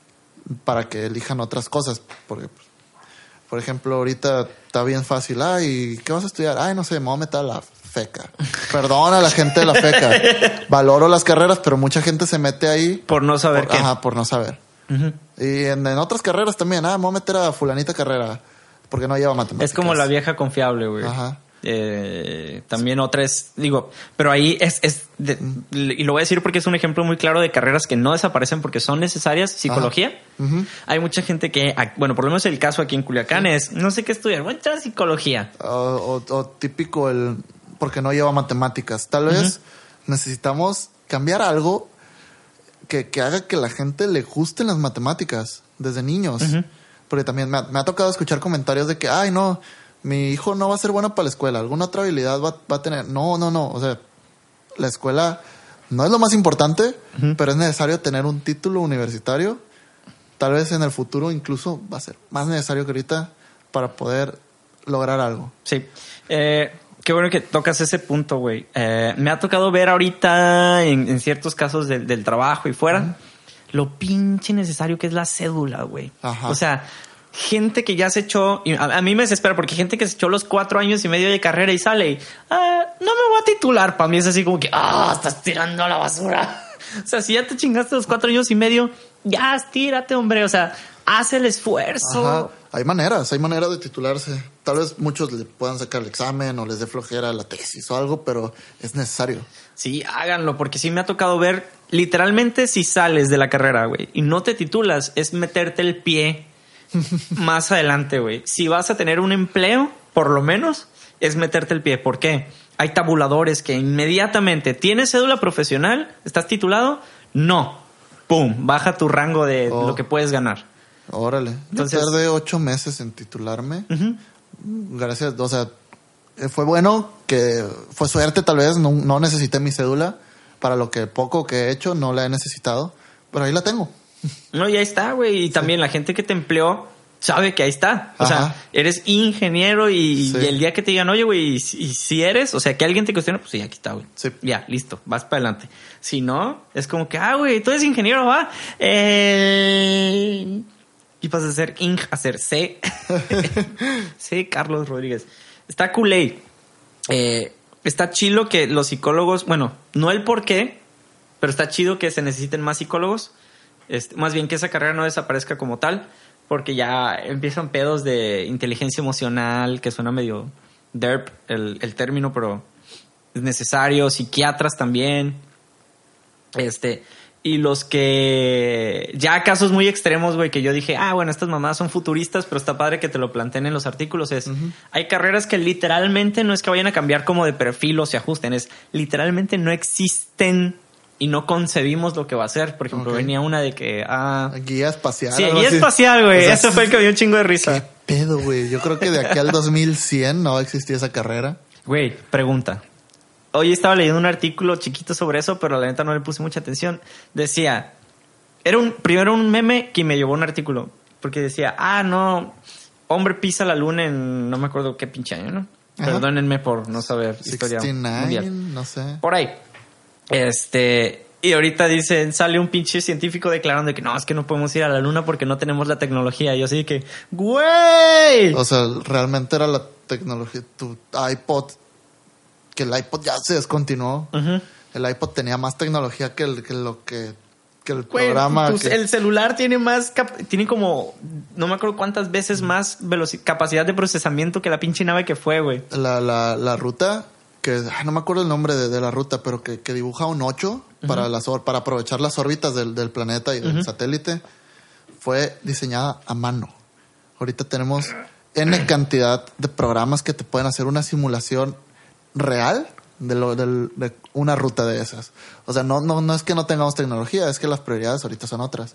para que elijan otras cosas. Porque, por ejemplo, ahorita está bien fácil. Ay, ¿qué vas a estudiar? Ay, no sé, me voy a meter a la FECA. Perdón a la gente de la FECA. Valoro las carreras, pero mucha gente se mete ahí. Por no saber por, qué. Ajá, por no saber. Uh-huh. Y en, en otras carreras también, ah, me voy a meter a fulanita carrera porque no lleva matemáticas. Es como la vieja confiable, güey. Ajá. Eh, también otra es, digo, pero ahí es, es de, y lo voy a decir porque es un ejemplo muy claro de carreras que no desaparecen porque son necesarias. Psicología. Uh-huh. Hay mucha gente que, bueno, por lo menos el caso aquí en Culiacán sí. es, no sé qué estudiar, voy a entrar a psicología. Uh, o, o típico el, porque no lleva matemáticas. Tal vez uh-huh. necesitamos cambiar algo Que, que haga que la gente le gusten las matemáticas desde niños. Uh-huh. Porque también me ha, me ha tocado escuchar comentarios de que, ay, no, mi hijo no va a ser bueno para la escuela, alguna otra habilidad va, va a tener. No, no, no. O sea, la escuela no es lo más importante, uh-huh. pero es necesario tener un título universitario. Tal vez en el futuro incluso va a ser más necesario que ahorita para poder lograr algo. Sí. Eh... Qué bueno que tocas ese punto, güey. Eh, me ha tocado ver ahorita en, en ciertos casos del, del trabajo y fuera uh-huh. lo pinche necesario que es la cédula, güey. O sea, gente que ya se echó... A, a mí me desespera porque gente que se echó los cuatro años y medio de carrera y sale y... Ah, no me voy a titular. Para mí es así como que... Ah, estás tirando a la basura. O sea, si ya te chingaste los cuatro años y medio, ya estírate, hombre. O sea, haz el esfuerzo. Ajá. Hay maneras, hay maneras de titularse. Tal vez muchos le puedan sacar el examen o les dé flojera la tesis o algo, pero es necesario. Sí, háganlo, porque sí me ha tocado ver, literalmente si sales de la carrera, güey, y no te titulas, es meterte el pie más adelante, güey. Si vas a tener un empleo, por lo menos, es meterte el pie. ¿Por qué? Hay tabuladores que inmediatamente, ¿tienes cédula profesional? ¿Estás titulado? No. Pum, baja tu rango de oh. lo que puedes ganar. Órale. Entonces, yo tardé ocho meses en titularme. Uh-huh. Gracias. O sea, fue bueno que fue suerte tal vez. No, no necesité mi cédula. Para lo que poco que he hecho, no la he necesitado. Pero ahí la tengo. No, y ahí está, güey. Y sí. también la gente que te empleó sabe que ahí está. O Ajá. sea, eres ingeniero y, sí. y el día que te digan, oye, güey, y, y si eres, o sea, que alguien te cuestione, pues sí, aquí está, güey. Sí. Ya, listo, vas para adelante. Si no, es como que, ah, güey, tú eres ingeniero, va. Eh... Y pasas a ser Ing, a ser C. C. Carlos Rodríguez. Está culé. Eh, está chido que los psicólogos, bueno, no el por qué, pero está chido que se necesiten más psicólogos. Este, más bien que esa carrera no desaparezca como tal. porque ya empiezan pedos de inteligencia emocional, que suena medio derp el, el término, pero es necesario. Psiquiatras también. Este... Y los que... Ya casos muy extremos, güey, que yo dije, ah, bueno, estas mamadas son futuristas, pero está padre que te lo planteen en los artículos. Es, uh-huh. Hay carreras que literalmente no es que vayan a cambiar como de perfil o se ajusten. Es, literalmente no existen y no concebimos lo que va a ser. Por ejemplo, okay. venía una de que... Ah, guía espacial. Sí, guía así. espacial, güey. O sea, ese fue el que me dio un chingo de risa. ¿Qué pedo, güey? Yo creo que de aquí al dos mil cien no existía esa carrera. Güey, pregunta. Hoy estaba leyendo un artículo chiquito sobre eso, pero la neta no le puse mucha atención. Decía, era un primero un meme que me llevó un artículo, porque decía, ah, no, hombre pisa la luna en no me acuerdo qué pinche año, ¿no? Ajá. Perdónenme por no saber historia mundial. No sé. Por ahí. Este, y ahorita dicen, sale un pinche científico declarando que no, es que no podemos ir a la luna porque no tenemos la tecnología. Y yo así que, güey. O sea, realmente era la tecnología, tu iPod... que el iPod ya se descontinuó. Uh-huh. El iPod tenía más tecnología que, el, que lo que, que el Güey, programa. Pues que... El celular tiene más, cap- tiene como, no me acuerdo cuántas veces más veloci- capacidad de procesamiento que la pinche nave que fue, güey. La, la, la ruta, que no me acuerdo el nombre de, de la ruta, pero que, que dibuja un ocho uh-huh. para, las, para aprovechar las órbitas del, del planeta y del uh-huh. satélite, fue diseñada a mano. Ahorita tenemos N cantidad de programas que te pueden hacer una simulación real de, lo, de, de una ruta de esas. O sea, no, no, no es que no tengamos tecnología, es que las prioridades ahorita son otras.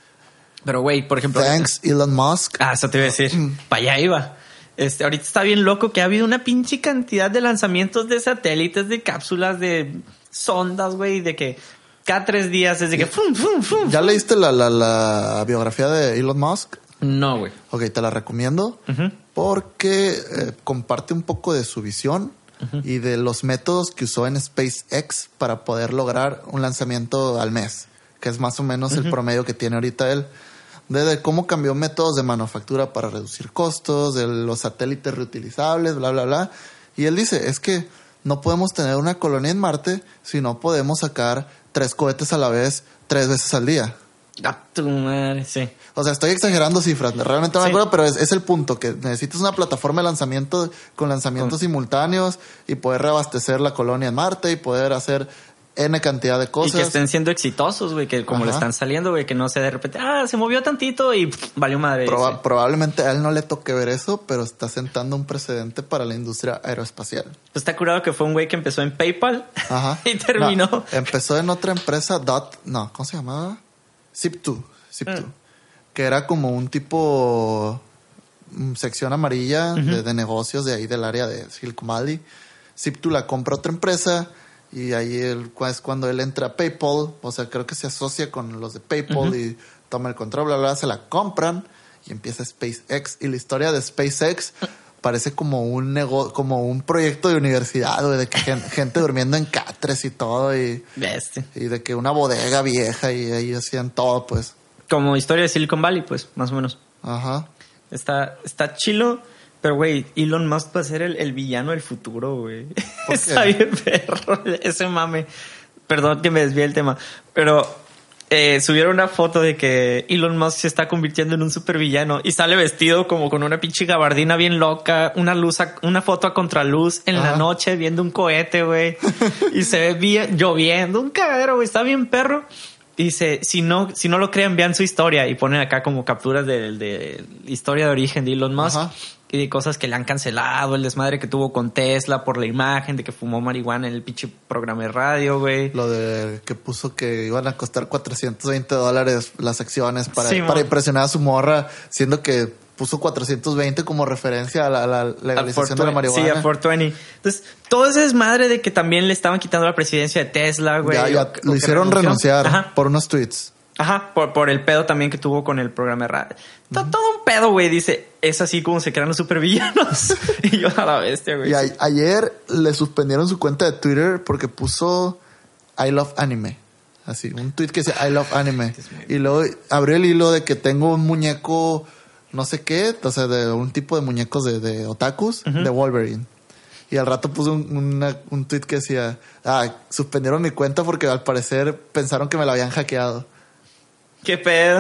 Pero, güey, por ejemplo... Thanks, Elon Musk. Ah, eso te iba a decir. Para allá iba. Este, ahorita está bien loco que ha habido una pinche cantidad de lanzamientos de satélites, de cápsulas, de sondas, güey, de que cada tres días es de que... Fum, fum, fum, ¿Ya fum. leíste la, la, la biografía de Elon Musk? No, güey. Ok, te la recomiendo uh-huh. porque eh, comparte un poco de su visión uh-huh. y de los métodos que usó en SpaceX para poder lograr un lanzamiento al mes, que es más o menos uh-huh. el promedio que tiene ahorita él. De, de cómo cambió métodos de manufactura para reducir costos, de los satélites reutilizables, bla, bla, bla. Y él dice, es que no podemos tener una colonia en Marte si no podemos sacar tres cohetes a la vez, tres veces al día. Ah, tu madre, sí. O sea, estoy exagerando cifras, realmente no me sí. acuerdo, pero es, es el punto, que necesitas una plataforma de lanzamiento con lanzamientos con... simultáneos y poder reabastecer la colonia en Marte y poder hacer N cantidad de cosas. Y que estén siendo exitosos, güey, que como Ajá. le están saliendo, güey, que no sé, de repente, ah, se movió tantito y pff, valió madre. Proba- probablemente a él no le toque ver eso, pero está sentando un precedente para la industria aeroespacial. Pues está curado que fue un güey que empezó en PayPal Ajá. y terminó. No, empezó en otra empresa, Dot, no, ¿cómo se llamaba? Zip two, Zip two. Mm. Que era como un tipo sección amarilla uh-huh. de, de negocios de ahí del área de Silicon Valley. Zip two la compra otra empresa y ahí él, es cuando él entra a PayPal, o sea, creo que se asocia con los de PayPal uh-huh. y toma el control, bla, bla, se la compran y empieza SpaceX. Y la historia de SpaceX parece como un nego- como un proyecto de universidad, güey, de que gente, gente durmiendo en catres y todo y, Bestia. y de que una bodega vieja y ahí hacían todo, pues. Como historia de Silicon Valley, pues, más o menos. Ajá. Está, está chilo, pero, güey, Elon Musk va a ser el, el villano del futuro, güey. Está bien perro ese mame. Perdón que me desvíe el tema, pero eh, subieron una foto de que Elon Musk se está convirtiendo en un supervillano y sale vestido como con una pinche gabardina bien loca, una luz, a, una foto a contraluz en Ajá. la noche viendo un cohete, güey. Y se ve bien, lloviendo, un cagadero, güey. Está bien perro. Dice, si no, si no lo creen, vean su historia. Y ponen acá como capturas de, de historia de origen de Elon Musk. Ajá. Y de cosas que le han cancelado, el desmadre que tuvo con Tesla por la imagen de que fumó marihuana en el pinche programa de radio, güey. Lo de que puso que iban a costar cuatrocientos veinte dólares las acciones para, sí, para impresionar a su morra, siendo que puso cuatrocientos veinte como referencia a la, a la legalización de la marihuana. Sí, a cuatrocientos veinte. Entonces, todo ese desmadre de que también le estaban quitando la presidencia de Tesla, güey. Ya, ya o, lo o hicieron renunciar Ajá. por unos tweets. Ajá, por, por el pedo también que tuvo con el programa de radio. Uh-huh. Todo un pedo, güey. Dice, es así como se crean los supervillanos. Y yo a la bestia, güey. Y a- ayer le suspendieron su cuenta de Twitter porque puso I love anime. Así, un tweet que decía I love anime. Y luego abrió el hilo de que tengo un muñeco, no sé qué, o sea, de un tipo de muñecos de, de otakus, uh-huh. de Wolverine. Y al rato puso un, una, un tweet que decía, ah, suspendieron mi cuenta porque al parecer pensaron que me la habían hackeado. ¿Qué pedo?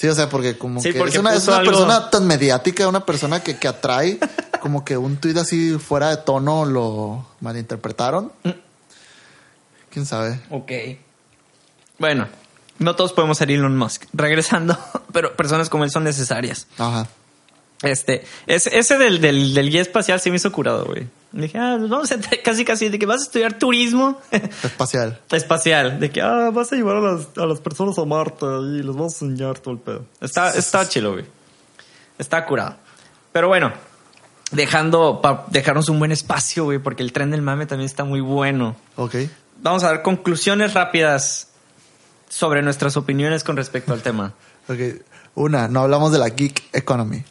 Sí, o sea, porque como Sí, que porque es una, es puso una algo- persona tan mediática, una persona que, que atrae, como que un tuit así fuera de tono lo malinterpretaron. ¿Quién sabe? Ok. Bueno, no todos podemos ser Elon Musk. Regresando, pero personas como él son necesarias. Ajá. Este, ese, ese del, del, del guía espacial se me hizo curado, güey. Dije, ah, pues vamos a entrar casi casi de que vas a estudiar turismo Espacial. espacial. De que, ah, vas a llevar a las, a las personas a Marte y les vas a enseñar todo el pedo. Está, está chilo, güey. Está curado. Pero bueno, dejando, para dejarnos un buen espacio, güey, porque el tren del mame también está muy bueno. Ok. Vamos a dar conclusiones rápidas sobre nuestras opiniones con respecto al tema. Ok. Una, no hablamos de la Geek Economy.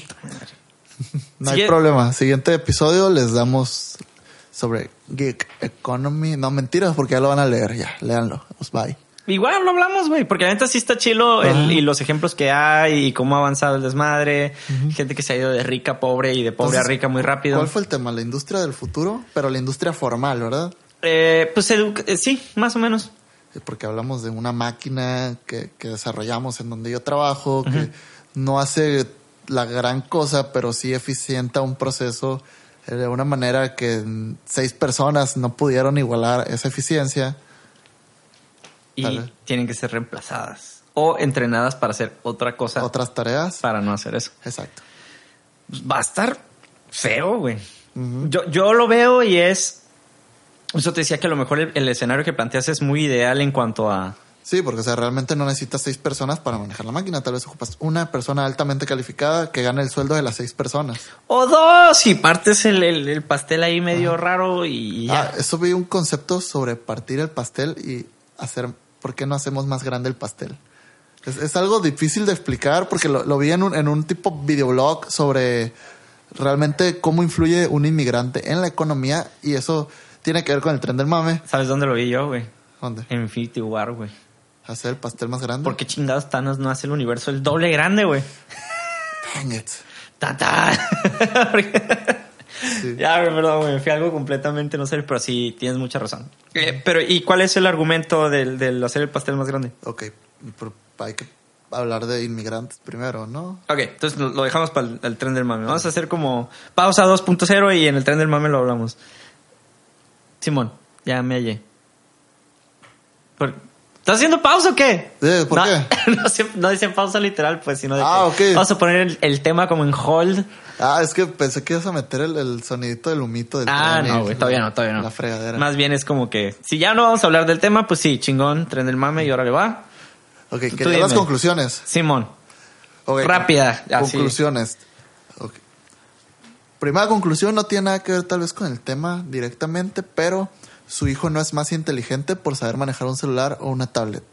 No hay Sigue- problema. Siguiente episodio les damos sobre Geek Economy. No, mentiras, porque ya lo van a leer. Ya, léanlo. Pues bye. Igual lo hablamos, güey, porque la neta sí está chilo el- y los ejemplos que hay y cómo ha avanzado el desmadre. Gente que se ha ido de rica a pobre y de pobre Entonces, a rica muy rápido. ¿Cuál fue el tema? La industria del futuro, pero la industria formal, ¿verdad? Eh, pues edu- eh, sí, más o menos. Porque hablamos de una máquina que, que desarrollamos en donde yo trabajo, que no hace la gran cosa, pero sí eficienta un proceso eh, de una manera que mm, seis personas no pudieron igualar esa eficiencia. Y Tal vez. tienen que ser reemplazadas o entrenadas para hacer otra cosa Otras tareas. para no hacer eso. Exacto. Pues va a estar feo, güey. yo, yo lo veo y es... Eso te decía que a lo mejor el, el escenario que planteas es muy ideal en cuanto a... Sí, porque o sea, realmente no necesitas seis personas para manejar la máquina. Tal vez ocupas una persona altamente calificada que gane el sueldo de las seis personas. O dos, y partes el, el, el pastel ahí medio raro y ya. Ah, eso vi un concepto sobre partir el pastel y hacer... ¿Por qué no hacemos más grande el pastel? Es, es algo difícil de explicar porque lo, lo vi en un, en un tipo videoblog sobre realmente cómo influye un inmigrante en la economía y eso tiene que ver con el tren del mame. ¿Sabes dónde lo vi yo, güey? ¿Dónde? En Infinity War, güey. Hacer el pastel más grande. ¿Por qué chingados Thanos no hace el universo el doble grande, güey? Dang it. ¡Tata! Sí. Ya, güey, perdón, güey. Fui algo completamente no sé, pero sí tienes mucha razón. Eh, pero, ¿y cuál es el argumento del, del hacer el pastel más grande? Ok, pero hay que hablar de inmigrantes primero, ¿no? Ok, entonces lo lo dejamos para el, el tren del mame. Vamos a hacer como pausa dos punto cero y en el tren del mame lo hablamos. Simón, ya me hallé. ¿Por- ¿Estás haciendo pausa o qué? Eh, ¿por no, qué? No, se- no dice pausa literal, pues, sino de Ah, que ok. vamos a poner el, el tema como en hold. Ah, es que pensé que ibas a meter el, el sonidito del humito del Ah, tren y no, güey, todavía no, todavía no. La fregadera. Más bien es como que, si ya no vamos a hablar del tema, pues sí, chingón, tren del mame y ahora le va. Ok, Tú quería las dime. conclusiones. Simón, Ok, rápida. así. Conclusiones. Ok. Primera conclusión, no tiene nada que ver tal vez con el tema directamente, pero su hijo no es más inteligente por saber manejar un celular o una tablet.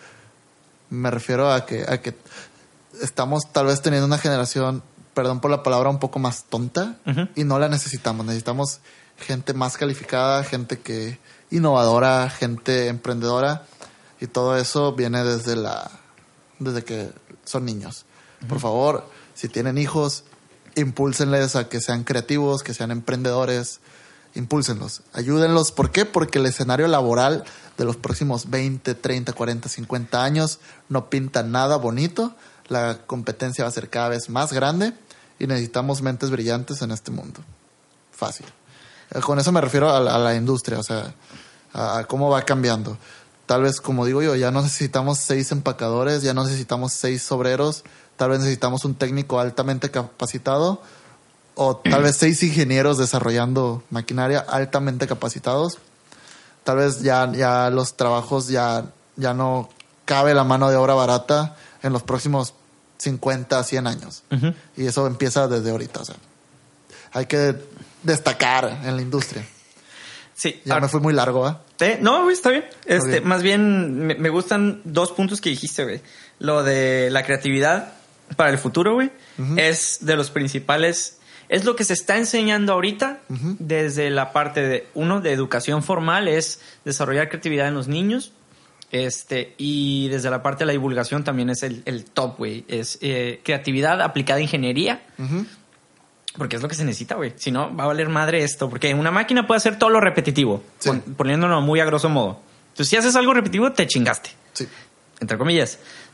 Me refiero a que, a que estamos tal vez teniendo una generación, perdón por la palabra, un poco más tonta Ujú. y no la necesitamos. Necesitamos gente más calificada, gente que innovadora, gente emprendedora y todo eso viene desde la desde que son niños. Por favor, si tienen hijos, impúlsenles a que sean creativos, que sean emprendedores, impúlsenlos, ayúdenlos. ¿Por qué? Porque el escenario laboral de los próximos veinte, treinta, cuarenta, cincuenta años no pinta nada bonito. La competencia va a ser cada vez más grande y necesitamos mentes brillantes en este mundo. Fácil. Eh, Con eso me refiero a la, a la industria, o sea, a, a cómo va cambiando. Tal vez, como digo yo, ya no necesitamos seis empacadores, ya no necesitamos seis obreros, tal vez necesitamos un técnico altamente capacitado o tal vez seis ingenieros desarrollando maquinaria altamente capacitados. Tal vez ya, ya los trabajos ya, ya no cabe la mano de obra barata en los próximos cincuenta, cien años. Ujú. Y eso empieza desde ahorita. O sea, hay que destacar en la industria. Sí, Ya ahora- me fui muy largo, ¿eh? Eh, No, güey, está bien. Este, bien. Más bien, me, me gustan dos puntos que dijiste, güey. Lo de la creatividad para el futuro, güey, es de los principales. Es lo que se está enseñando ahorita desde la parte de, uno, de educación formal, es desarrollar creatividad en los niños. Este, y desde la parte de la divulgación también es el, el top, güey. Es eh, creatividad aplicada a ingeniería. Ujú. Porque es lo que se necesita, güey. Si no, va a valer madre esto. Porque una máquina puede hacer todo lo repetitivo, Sí. pon- poniéndolo muy a grosso modo. Entonces, si haces algo repetitivo, te chingaste. Sí. Entre comillas.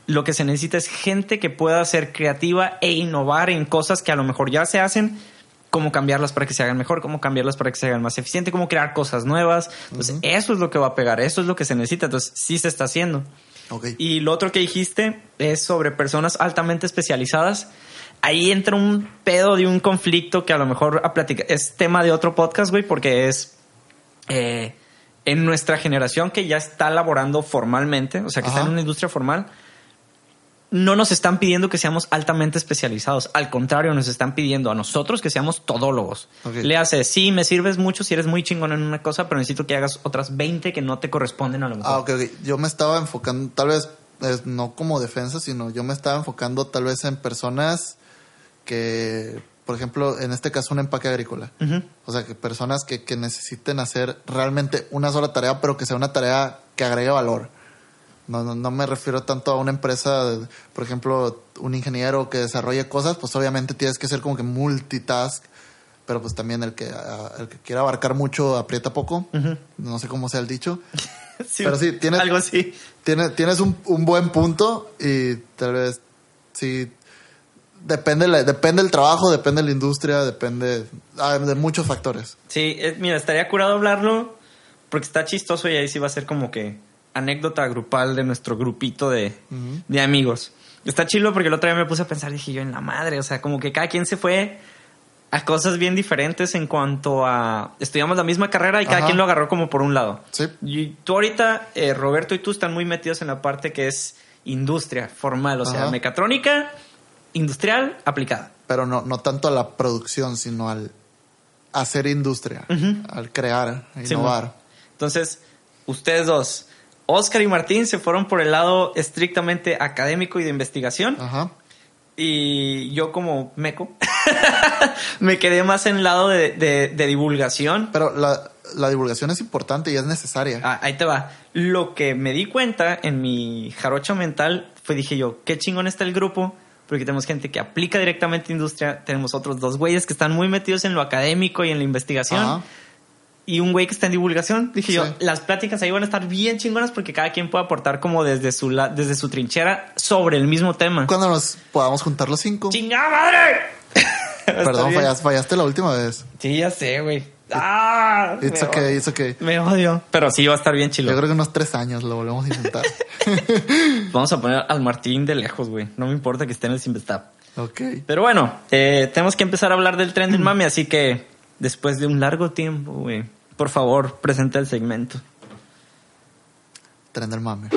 lo que se necesita es gente que pueda ser creativa e innovar en cosas que a lo mejor ya se hacen, cómo cambiarlas para que se hagan mejor, cómo cambiarlas para que se hagan más eficiente, cómo crear cosas nuevas. Entonces, uh-huh. eso es lo que va a pegar, eso es lo que se necesita. Entonces, sí se está haciendo. Okay. Y lo otro que dijiste es sobre personas altamente especializadas. Ahí entra un pedo de un conflicto que a lo mejor a platicar, es tema de otro podcast, güey, porque es eh, en nuestra generación que ya está laborando formalmente, o sea, que Ajá. está en una industria formal, no nos están pidiendo que seamos altamente especializados. Al contrario, nos están pidiendo a nosotros que seamos todólogos. Okay. Le hace, sí, me sirves mucho si eres muy chingón en una cosa, pero necesito que hagas otras veinte que no te corresponden a lo mejor. Ah, ok, ok. Yo me estaba enfocando, tal vez, eh, no como defensa, sino yo me estaba enfocando tal vez en personas que, por ejemplo, en este caso un empaque agrícola. Uh-huh. O sea, que personas que, que necesiten hacer realmente una sola tarea, pero que sea una tarea que agregue valor. No, no, no me refiero tanto a una empresa, por ejemplo, un ingeniero que desarrolle cosas, pues obviamente tienes que ser como que multitask, pero pues también el que, el que quiera abarcar mucho aprieta poco. Uh-huh. No sé cómo sea el dicho. Sí, pero sí, tienes, algo así. Tienes, tienes un, un buen punto y tal vez sí, depende, depende del trabajo, depende de la industria, depende de muchos factores. Sí, eh, mira, estaría curado hablarlo porque está chistoso y ahí sí va a ser como que anécdota grupal de nuestro grupito de, uh-huh. de amigos. Está chido porque el otro día me puse a pensar, dije yo, en la madre, o sea, como que cada quien se fue a cosas bien diferentes en cuanto a... Estudiamos la misma carrera y cada Ajá. quien lo agarró como por un lado. Sí. Y tú ahorita, eh, Roberto y tú están muy metidos en la parte que es industria formal, o Ajá. sea, mecatrónica, industrial, aplicada. Pero no, no tanto a la producción, sino al hacer industria, uh-huh. al crear, a innovar. Sí, entonces, ustedes dos... Oscar y Martín se fueron por el lado estrictamente académico y de investigación. Ajá. Y yo como meco me quedé más en el lado de, de, de divulgación. Pero la, la divulgación es importante y es necesaria. Ah, ahí te va. Lo que me di cuenta en mi jarocha mental fue, dije yo, qué chingón está el grupo, porque tenemos gente que aplica directamente a industria. Tenemos otros dos güeyes que están muy metidos en lo académico y en la investigación. Ajá. Y un güey que está en divulgación. Dije sí. yo, las pláticas ahí van a estar bien chingonas porque cada quien puede aportar como desde su la, desde su trinchera sobre el mismo tema. Cuando nos podamos juntar los cinco. ¡Chingada madre! Perdón, fallaste, fallaste la última vez. Sí, ya sé, güey. ¡Ah! It's okay, odio. It's okay. Me odio. Pero sí va a estar bien chilo. Yo creo que unos tres años lo volvemos a intentar. Vamos a poner al Martín de lejos, güey. No me importa que esté en el Simvestab. Ok. Pero bueno, eh, tenemos que empezar a hablar del tren del mame, así que después de un largo tiempo, güey, por favor, presenta el segmento. Tren del mame.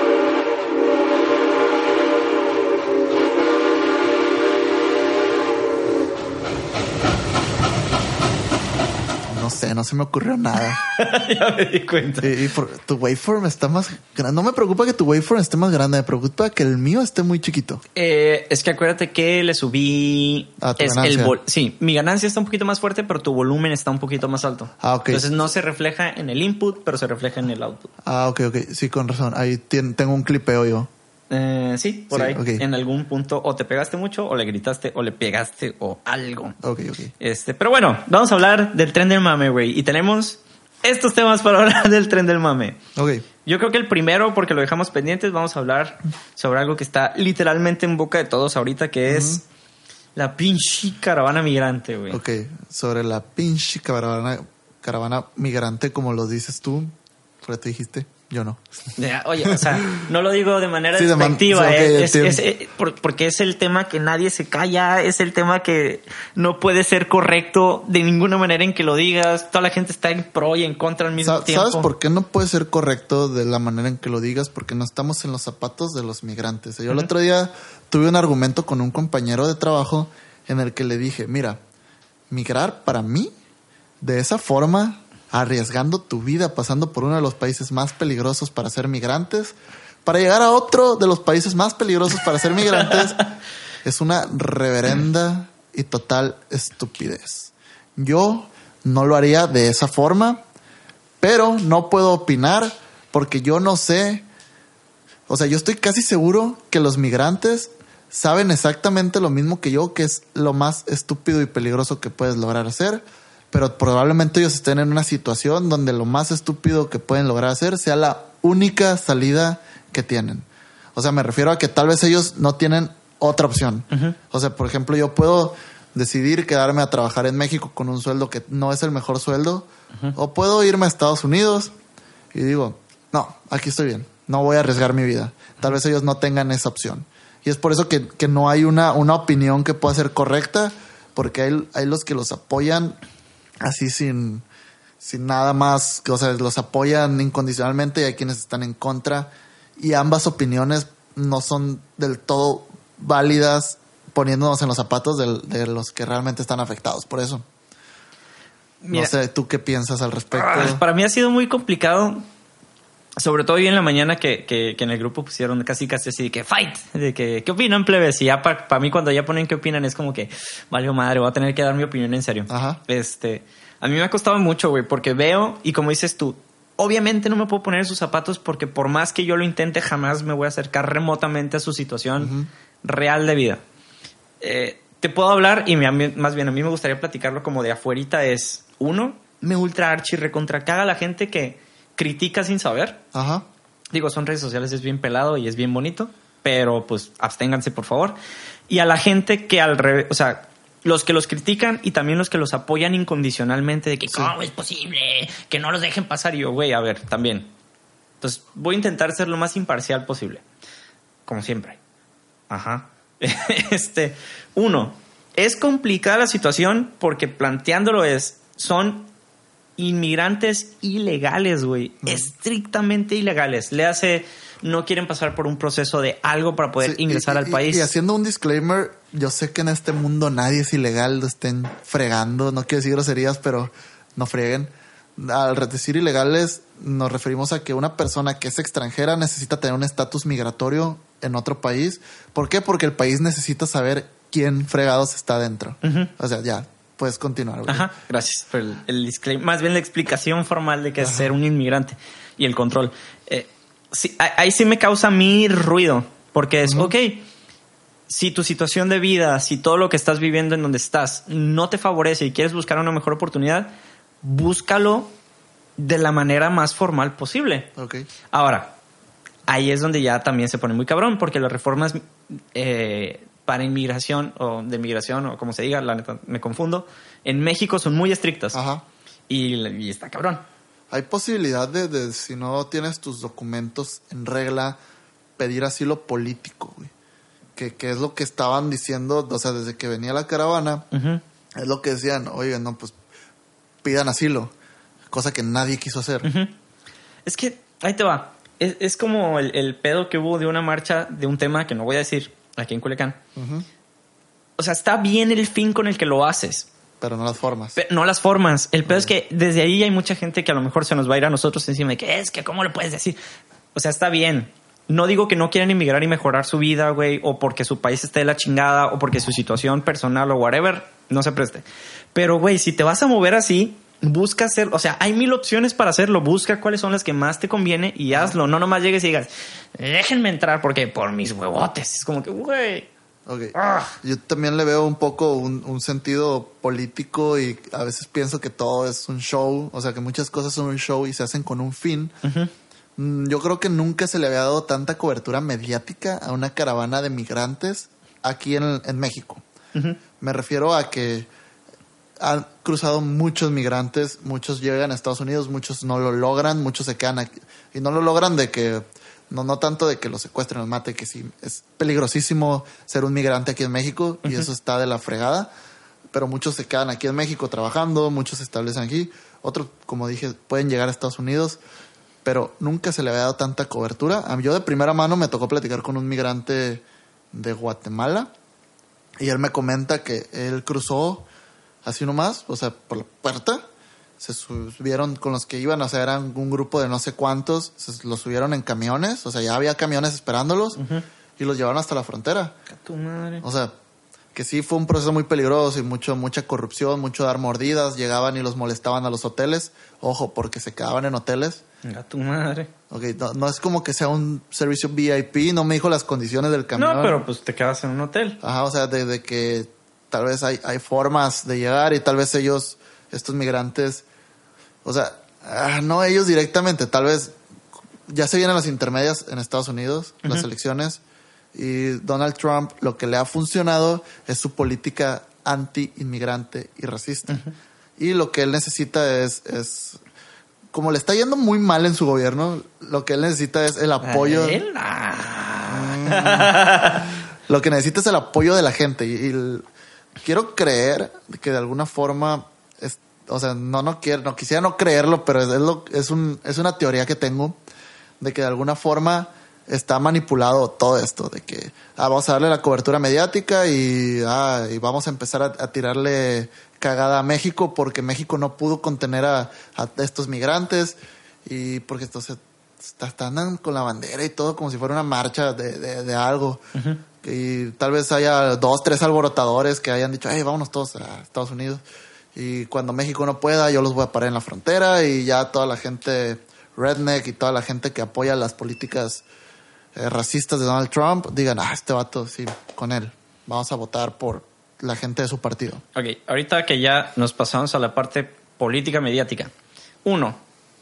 No sé, no se me ocurrió nada. Ya me di cuenta. Y, y por, tu waveform está más grande. No me preocupa que tu waveform esté más grande, me preocupa que el mío esté muy chiquito. Eh, es que acuérdate que le subí... Ah, tu es ganancia. El vol- sí, mi ganancia está un poquito más fuerte, pero tu volumen está un poquito más alto. Ah, ok. Entonces no se refleja en el input, pero se refleja en el output. Ah, ok, ok. Sí, con razón. Ahí tien, tengo un clipeo yo. Eh, sí, por sí, ahí. Okay. En algún punto o te pegaste mucho, o le gritaste, o le pegaste, o algo. Ok, ok. Este, pero bueno, vamos a hablar del tren del mame, güey. Y tenemos estos temas para hablar del tren del mame. Ok. Yo creo que el primero, porque lo dejamos pendientes, vamos a hablar sobre algo que está literalmente en boca de todos ahorita, que es uh-huh. la pinche caravana migrante, güey. Ok, sobre la pinche caravana, caravana migrante, como lo dices tú, ¿qué te dijiste? Yo no. Oye, o sea, no lo digo de manera sí, despectiva, de man- okay, es, es, es, es, porque es el tema que nadie se calla, es el tema que no puede ser correcto de ninguna manera en que lo digas. Toda la gente está en pro y en contra al mismo Sa- tiempo. ¿Sabes por qué no puede ser correcto de la manera en que lo digas? Porque no estamos en los zapatos de los migrantes. Yo uh-huh. el otro día tuve un argumento con un compañero de trabajo en el que le dije, mira, migrar para mí de esa forma, arriesgando tu vida, pasando por uno de los países más peligrosos para ser migrantes, para llegar a otro de los países más peligrosos para ser migrantes, es una reverenda y total estupidez. Yo no lo haría de esa forma, pero no puedo opinar porque yo no sé, o sea, yo estoy casi seguro que los migrantes saben exactamente lo mismo que yo, que es lo más estúpido y peligroso que puedes lograr hacer. Pero probablemente ellos estén en una situación donde lo más estúpido que pueden lograr hacer sea la única salida que tienen. O sea, me refiero a que tal vez ellos no tienen otra opción. Uh-huh. O sea, por ejemplo, yo puedo decidir quedarme a trabajar en México con un sueldo que no es el mejor sueldo. Uh-huh. O puedo irme a Estados Unidos y digo, no, aquí estoy bien. No voy a arriesgar mi vida. Tal vez ellos no tengan esa opción. Y es por eso que, que no hay una, una opinión que pueda ser correcta, porque hay, hay los que los apoyan así sin, sin nada más, o sea, los apoyan incondicionalmente y hay quienes están en contra. Y ambas opiniones no son del todo válidas poniéndonos en los zapatos de, de los que realmente están afectados. Por eso. Mira, no sé, ¿tú qué piensas al respecto? Para mí ha sido muy complicado. Sobre todo hoy en la mañana que, que, que en el grupo pusieron casi casi así de que fight, de que ¿qué opinan, plebes? Y ya para pa mí cuando ya ponen qué opinan es como que vale madre, voy a tener que dar mi opinión en serio. Ajá. Este, a mí me ha costado mucho, güey, porque veo y como dices tú, obviamente no me puedo poner en sus zapatos porque por más que yo lo intente jamás me voy a acercar remotamente a su situación uh-huh. real de vida. Eh, te puedo hablar y me, más bien a mí me gustaría platicarlo como de afuerita es uno, me ultra archi recontra caga la gente que critica sin saber. Ajá. Digo, son redes sociales, es bien pelado y es bien bonito, pero pues absténganse por favor. Y a la gente que al revés, o sea, los que los critican y también los que los apoyan incondicionalmente de que sí. ¿Cómo es posible que no los dejen pasar? Y yo, güey, a ver, también. Entonces voy a intentar ser lo más imparcial posible, como siempre. Ajá. Este, uno, es complicada la situación porque planteándolo es, son inmigrantes ilegales, güey. Mm. Estrictamente ilegales. Le hace, no quieren pasar por un proceso de algo para poder sí, ingresar y, al y, país. Y haciendo un disclaimer, yo sé que en este mundo nadie es ilegal, lo estén fregando. No quiero decir groserías, pero no frieguen. Al decir ilegales, nos referimos a que una persona que es extranjera necesita tener un estatus migratorio en otro país. ¿Por qué? Porque el país necesita saber quién fregados está dentro. Uh-huh. O sea, ya. Puedes continuar. Güey. Ajá, gracias por el, el disclaimer. Más bien la explicación formal de que Ajá. es ser un inmigrante y el control. Eh, sí, ahí sí me causa mi ruido, porque es, uh-huh. ok, si tu situación de vida, si todo lo que estás viviendo en donde estás no te favorece y quieres buscar una mejor oportunidad, búscalo de la manera más formal posible. Okay. Ahora, ahí es donde ya también se pone muy cabrón, porque las reformas... Eh, para inmigración o de migración o como se diga, la neta me confundo, en México son muy estrictas. Ajá. Y, y está cabrón. Hay posibilidad de, de, si no tienes tus documentos en regla, pedir asilo político, güey. Que, que es lo que estaban diciendo, o sea, desde que venía la caravana, uh-huh. es lo que decían, oigan, no, pues pidan asilo, cosa que nadie quiso hacer. Uh-huh. Es que, ahí te va, es, es como el, el pedo que hubo de una marcha de un tema que no voy a decir, aquí en Culiacán. Uh-huh. O sea, está bien el fin con el que lo haces. Pero no las formas. Pero no las formas. El peor uh-huh. es que desde ahí hay mucha gente que a lo mejor se nos va a ir a nosotros encima de que es que ¿cómo lo puedes decir? O sea, está bien. No digo que no quieran inmigrar y mejorar su vida, güey, o porque su país esté de la chingada, o porque su situación personal o whatever no se preste. Pero, güey, si te vas a mover así, busca hacer, o sea, hay mil opciones para hacerlo. Busca cuáles son las que más te conviene y hazlo. No nomás llegues y digas, déjenme entrar porque por mis huevotes. Es como que, güey. Ok. Ah. Yo también le veo un poco un, un sentido político y a veces pienso que todo es un show. O sea, que muchas cosas son un show y se hacen con un fin. Uh-huh. Yo creo que nunca se le había dado tanta cobertura mediática a una caravana de migrantes aquí en, en México. Uh-huh. Me refiero a que han cruzado muchos migrantes, muchos llegan a Estados Unidos, muchos no lo logran, muchos se quedan aquí. Y no lo logran de que, no, no tanto de que los secuestren o los maten, que sí, es peligrosísimo ser un migrante aquí en México uh-huh. y eso está de la fregada. Pero muchos se quedan aquí en México trabajando, muchos se establecen aquí. Otros, como dije, pueden llegar a Estados Unidos, pero nunca se le había dado tanta cobertura. A mí, yo de primera mano me tocó platicar con un migrante de Guatemala y él me comenta que él cruzó así nomás, o sea, por la puerta, se subieron con los que iban, o sea, eran un grupo de no sé cuántos, se los subieron en camiones, o sea, ya había camiones esperándolos uh-huh. y los llevaron hasta la frontera. ¡A tu madre! O sea, que sí fue un proceso muy peligroso y mucho, mucha corrupción, mucho dar mordidas, llegaban y los molestaban a los hoteles, ojo, porque se quedaban en hoteles. ¡A tu madre! Ok, no, no es como que sea un servicio V I P, no me dijo las condiciones del camión. No, pero pues te quedas en un hotel. Ajá, o sea, de, de que tal vez hay, hay formas de llegar y tal vez ellos, estos migrantes, o sea, ah, no ellos directamente, tal vez ya se vienen las intermedias en Estados Unidos, uh-huh. las elecciones, y Donald Trump lo que le ha funcionado es su política anti-inmigrante y racista. Uh-huh. Y lo que él necesita es, es, como le está yendo muy mal en su gobierno, lo que él necesita es el apoyo. ¿Eh? Mm, lo que necesita es el apoyo de la gente. Y, y el, quiero creer que de alguna forma, es, o sea, no, no quiero, no quisiera no creerlo, pero es, es, lo, es, un, es una teoría que tengo de que de alguna forma está manipulado todo esto, de que ah, vamos a darle la cobertura mediática y, ah, y vamos a empezar a, a tirarle cagada a México porque México no pudo contener a, a estos migrantes y porque entonces están con la bandera y todo como si fuera una marcha de, de, de algo. Uh-huh. Y tal vez haya dos, tres alborotadores que hayan dicho, hey, vámonos todos a Estados Unidos. Y cuando México no pueda, yo los voy a parar en la frontera y ya toda la gente redneck y toda la gente que apoya las políticas eh, racistas de Donald Trump digan, ah, este vato, sí, con él. Vamos a votar por la gente de su partido. Ok, ahorita que ya nos pasamos a la parte política mediática. Uno,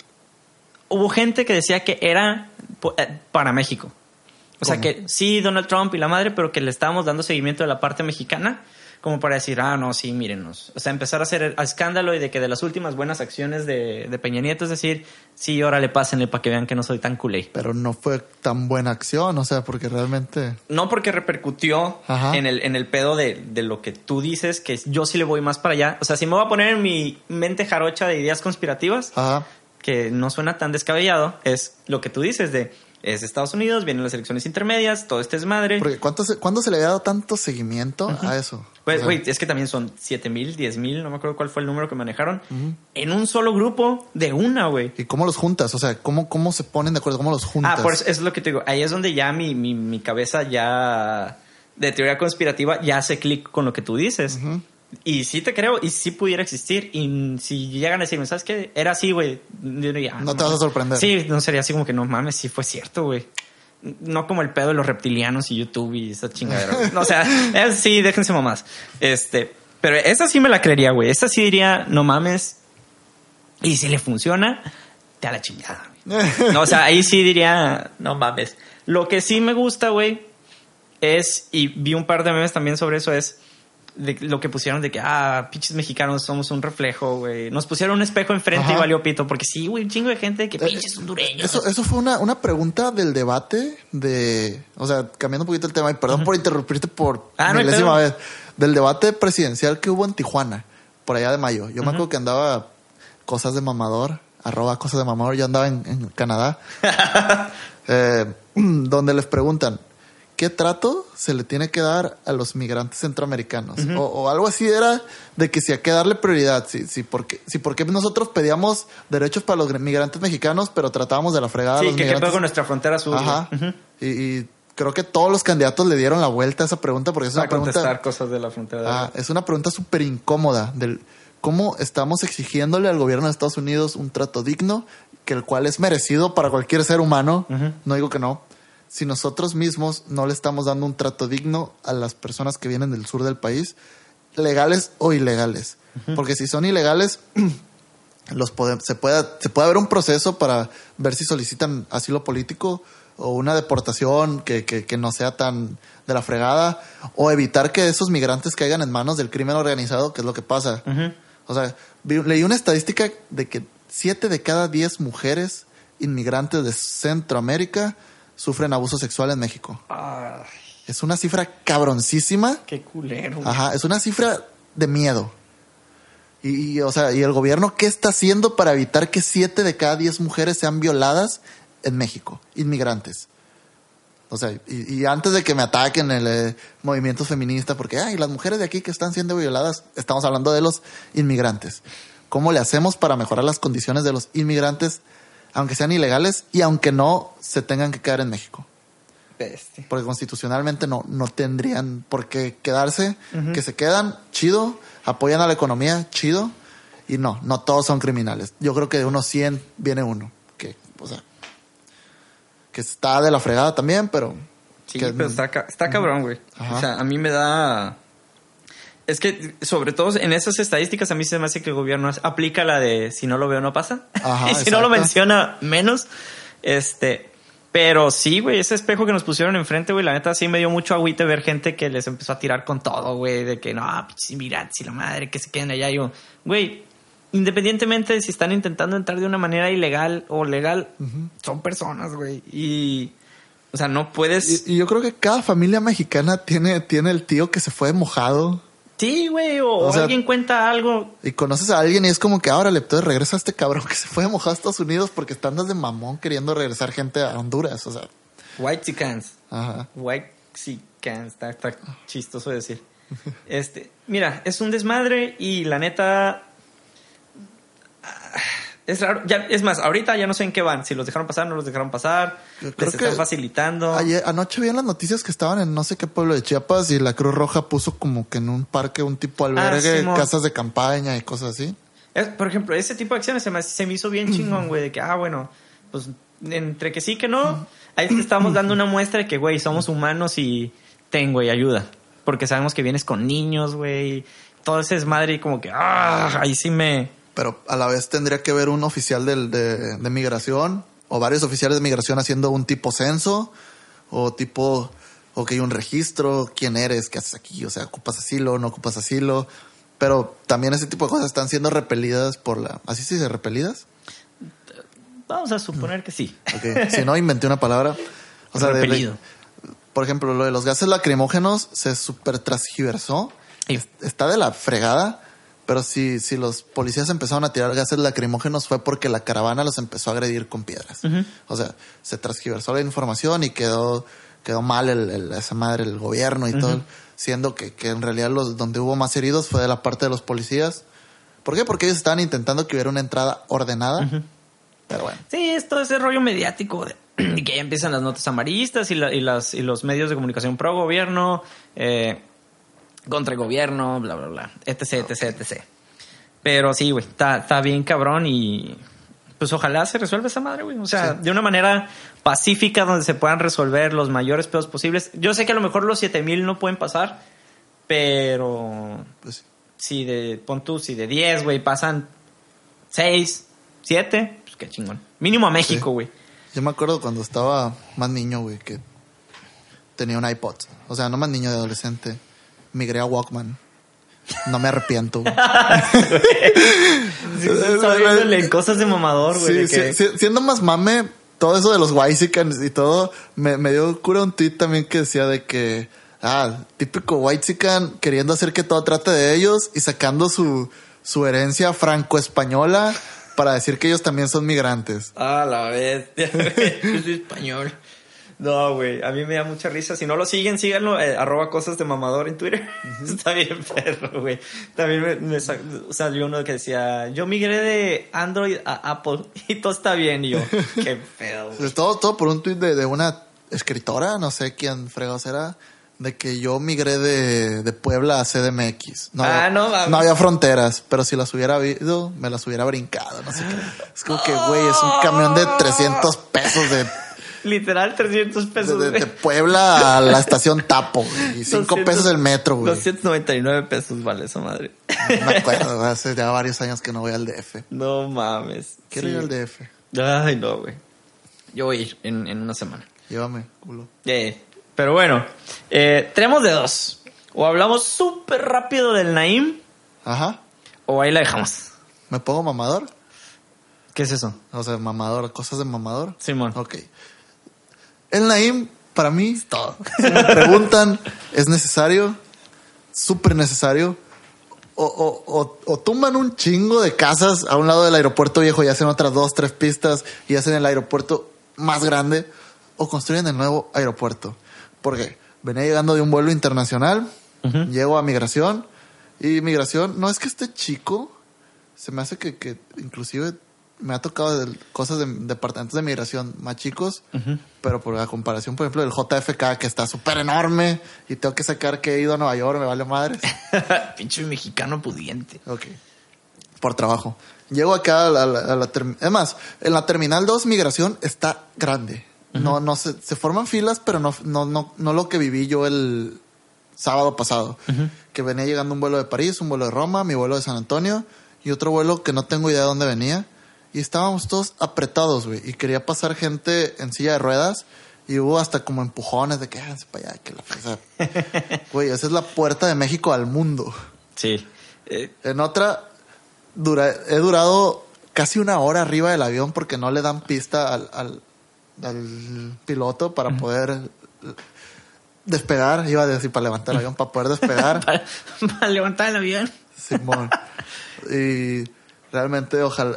hubo gente que decía que era para México. O sea, que sí, Donald Trump y la madre, pero que le estábamos dando seguimiento de la parte mexicana, como para decir, ah, no, sí, mírenos. O sea, empezar a hacer el escándalo y de que de las últimas buenas acciones de, de Peña Nieto, es decir, sí, órale, pásenle para que vean que no soy tan culé. Pero no fue tan buena acción, o sea, porque realmente... No, porque repercutió en el, en el pedo de, de lo que tú dices, que yo sí le voy más para allá. O sea, si me voy a poner en mi mente jarocha de ideas conspirativas, Ajá. que no suena tan descabellado, es lo que tú dices de... Es Estados Unidos, vienen las elecciones intermedias, todo este es madre. Porque ¿cuánto se, ¿cuándo se le había dado tanto seguimiento uh-huh. a eso? Pues, güey, o sea, es que también son siete mil, diez mil, no me acuerdo cuál fue el número que manejaron, uh-huh. en un solo grupo de una, güey. ¿Y cómo los juntas? O sea, ¿cómo, cómo se ponen de acuerdo? ¿Cómo los juntas? Ah, por eso es lo que te digo. Ahí es donde ya mi, mi, mi cabeza ya de teoría conspirativa ya hace clic con lo que tú dices. Uh-huh. Y sí te creo, y sí pudiera existir. Y si llegan a decirme, ¿sabes qué? Era así, güey. No, no te vas a sorprender. Sí, no sería así como que no mames, sí fue cierto, güey. No como el pedo de los reptilianos y YouTube y esa chingadera. O sea, es, sí, déjense mamás. Este, pero esta sí me la creería, güey. Esta sí diría, no mames. Y si le funciona, te a la chingada. No, o sea, ahí sí diría, no mames. Lo que sí me gusta, güey, es, y vi un par de memes también sobre eso, es de lo que pusieron de que, ah, pinches mexicanos somos un reflejo, güey. Nos pusieron un espejo enfrente Ajá. y valió pito. Porque sí, güey, un chingo de gente que pinches hondureños. Eso, eso fue una, una pregunta del debate de... O sea, cambiando un poquito el tema, y perdón uh-huh. por interrumpirte por ah, milésima no vez. Del debate presidencial que hubo en Tijuana, por allá de mayo. Yo uh-huh. me acuerdo que andaba cosas de mamador, arroba cosas de mamador. Yo andaba en, en Canadá. eh, donde les preguntan... ¿Qué trato se le tiene que dar a los migrantes centroamericanos? Uh-huh. O, o algo así era de que si hay que darle prioridad. Si, si, porque, si porque nosotros pedíamos derechos para los migrantes mexicanos, pero tratábamos de la fregada sí, a los que migrantes. Sí, que con nuestra frontera sur. Ajá. Uh-huh. Y, y creo que todos los candidatos le dieron la vuelta a esa pregunta porque es para una pregunta... contestar cosas de la frontera. Ah, es una pregunta súper incómoda del cómo estamos exigiéndole al gobierno de Estados Unidos un trato digno, que el cual es merecido para cualquier ser humano. Uh-huh. No digo que no. Si nosotros mismos no le estamos dando un trato digno a las personas que vienen del sur del país, legales o ilegales. Uh-huh. Porque si son ilegales, los pode- se, puede, se puede haber un proceso para ver si solicitan asilo político o una deportación que, que, que no sea tan de la fregada, o evitar que esos migrantes caigan en manos del crimen organizado, que es lo que pasa. Uh-huh. O sea, vi, leí una estadística de que siete de cada diez mujeres inmigrantes de Centroamérica sufren abuso sexual en México. Ay. Es una cifra cabroncísima. Qué culero. Ajá, es una cifra de miedo. Y, y, o sea, ¿y el gobierno qué está haciendo para evitar que siete de cada diez mujeres sean violadas en México? Inmigrantes. O sea, y, y antes de que me ataquen el eh, movimiento feminista, porque, ay, las mujeres de aquí que están siendo violadas, estamos hablando de los inmigrantes. ¿Cómo le hacemos para mejorar las condiciones de los inmigrantes, aunque sean ilegales y aunque no se tengan que quedar en México? Bestia. Porque constitucionalmente no, no tendrían por qué quedarse. Uh-huh. Que se quedan, chido, apoyan a la economía, chido. Y no, no todos son criminales. Yo creo que de unos cien viene uno. Que, o sea, que está de la fregada también, pero... Sí, que, pero está, está cabrón, güey. Uh-huh. O sea, a mí me da... Es que, sobre todo en esas estadísticas, a mí se me hace que el gobierno aplica la de si no lo veo, no pasa. Ajá, y si exacto. no lo menciona, menos. Este, pero sí, güey, ese espejo que nos pusieron enfrente, güey, la neta sí me dio mucho agüite ver gente que les empezó a tirar con todo, güey, de que no, pinches inmigrantes y la madre, que se queden allá. Y yo, güey, independientemente de si están intentando entrar de una manera ilegal o legal, uh-huh. son personas, güey. Y, o sea, no puedes... Y, y yo creo que cada familia mexicana tiene, tiene el tío que se fue mojado. Sí, güey, o, o sea, alguien cuenta algo. Y conoces a alguien y es como que, ahora le entonces regresa a este cabrón que se fue mojado a Estados Unidos porque están de mamón queriendo regresar gente a Honduras, o sea. White Chicans. Ajá. White Chicans, está, está chistoso de decir. Este, mira, es un desmadre y la neta... Es raro, ya, es más, ahorita ya no sé en qué van. Si los dejaron pasar, no los dejaron pasar. Yo creo les que están facilitando. Ayer, anoche vi en las noticias que estaban en no sé qué pueblo de Chiapas y la Cruz Roja puso como que en un parque un tipo albergue, ah, casas de campaña y cosas así. Es, por ejemplo, ese tipo de acciones se me, se me hizo bien chingón, güey, de que, ah, bueno, pues entre que sí que no, ahí te estamos dando una muestra de que, güey, somos humanos y ten, güey, ayuda. Porque sabemos que vienes con niños, güey. Todo ese desmadre y como que, ah, ahí sí me... Pero a la vez tendría que haber un oficial de, de, de migración o varios oficiales de migración haciendo un tipo censo o tipo, o que hay un registro, quién eres, qué haces aquí, o sea, ocupas asilo, no ocupas asilo. Pero también ese tipo de cosas están siendo repelidas por la... ¿Así se dice, repelidas? Vamos a suponer que sí. Okay. Si no, inventé una palabra. O sea, repelido. De, por ejemplo, lo de los gases lacrimógenos se super transgiversó. Sí. Está de la fregada. Pero si, si los policías empezaron a tirar gases lacrimógenos fue porque la caravana los empezó a agredir con piedras. Uh-huh. O sea, se transgiversó la información y quedó, quedó mal el, el, esa madre, el gobierno y uh-huh. todo. Siendo que, que en realidad los donde hubo más heridos fue de la parte de los policías. ¿Por qué? Porque ellos estaban intentando que hubiera una entrada ordenada. Uh-huh. Pero bueno. Sí, es todo ese rollo mediático de, de que ya empiezan las notas amarillistas y, la, y, las, y los medios de comunicación pro gobierno. Eh... contra el gobierno, bla, bla, bla, etc, etc, etc. Pero sí, güey, está, está bien cabrón y pues ojalá se resuelva esa madre, güey. O sea, sí. de una manera pacífica donde se puedan resolver los mayores pedos posibles. Yo sé que a lo mejor los siete mil no pueden pasar, pero pues si de, pon tú, si de diez, güey, pasan seis, siete, pues qué chingón. Mínimo a México, güey. Sí. Yo me acuerdo cuando estaba más niño, güey, que tenía un iPod. O sea, no más niño, de adolescente. Migré a Walkman. No me arrepiento. Sí, sabiéndole cosas de mamador, güey. Sí, que... sí, siendo más mame, todo eso de los whitexicans y todo, me, me dio cura un tweet también que decía de que, ah, típico whitexican queriendo hacer que todo trate de ellos y sacando su, su herencia franco-española para decir que ellos también son migrantes. Ah, la bestia. Yo soy español. No, güey, a mí me da mucha risa. Si no lo siguen, síganlo, eh, arroba cosas de mamador en Twitter. Uh-huh. Está bien perro, güey. También me, me salió uno que decía, yo migré de Android a Apple y todo está bien. Y yo, qué pedo, güey. Todo, todo por un tweet de, de una escritora, no sé quién fregados era, de que yo migré de, de Puebla a C D M X. No, ah, había, no, mami. No había fronteras, pero si las hubiera habido, me las hubiera brincado, no sé qué. Es como que, güey, es un camión de trescientos pesos de... Literal, trescientos pesos. De, de, de Puebla a la estación Tapo, güey. Y cinco pesos el metro, güey. doscientos noventa y nueve pesos vale esa madre. No me acuerdo, hace ya varios años que no voy al D F. No mames. Quiero sí. ir al D F. Ay, no, güey. Yo voy a ir en, en una semana. Llévame, culo. Eh, pero bueno, eh, tenemos de dos. O hablamos súper rápido del Naim. Ajá. O ahí la dejamos. ¿Me pongo mamador? ¿Qué es eso? O sea, mamador, cosas de mamador. Simón. Ok. El Naim, para mí, es todo. Si me preguntan, es necesario, súper necesario. O, o, o, o tumban un chingo de casas a un lado del aeropuerto viejo y hacen otras dos, tres pistas y hacen el aeropuerto más grande, o construyen el nuevo aeropuerto. Porque venía llegando de un vuelo internacional, uh-huh. llego a migración, y migración no es que esté chico, se me hace que, que inclusive me ha tocado de cosas de departamentos de migración más chicos, uh-huh. pero por la comparación, por ejemplo, del J F K, que está súper enorme y tengo que sacar que he ido a Nueva York, me vale madres. Pinche mexicano pudiente. Ok. Por trabajo. Llego acá a la, a la, a la terminal. Es más, en la terminal dos migración está grande. Uh-huh. No, no se, se forman filas, pero no, no, no, no lo que viví yo el sábado pasado. Uh-huh. Que venía llegando un vuelo de París, un vuelo de Roma, mi vuelo de San Antonio y otro vuelo que no tengo idea de dónde venía. y estábamos todos apretados, güey. Y quería pasar gente en silla de ruedas y hubo hasta como empujones de que háganse para allá, que la fresa. Güey, esa es la puerta de México al mundo. Sí. Eh, En otra, dura, he durado casi una hora arriba del avión porque no le dan pista al, al, al piloto para uh-huh. poder despegar. Iba a decir para levantar el avión, para poder despegar. para, para levantar el avión. Simón. Y realmente, ojalá.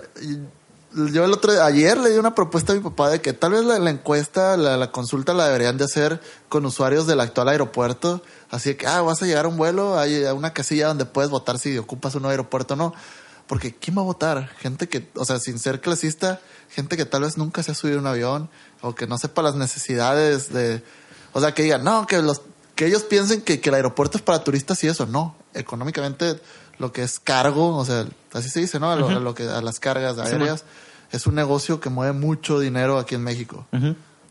Yo el otro ayer le di una propuesta a mi papá de que tal vez la, la encuesta, la, la consulta la deberían de hacer con usuarios del actual aeropuerto. Así que, ah, vas a llegar a un vuelo, hay una casilla donde puedes votar si ocupas un aeropuerto o no. Porque ¿quién va a votar? Gente que, o sea, sin ser clasista, gente que tal vez nunca se ha subido a un avión o que no sepa las necesidades de... O sea, que digan, no, que los que ellos piensen que, que el aeropuerto es para turistas y eso. No, económicamente lo que es cargo, o sea, así se dice, ¿no? A, lo, uh-huh. a, lo que, a las cargas aéreas, sí, es un negocio que mueve mucho dinero aquí en México. Uh-huh.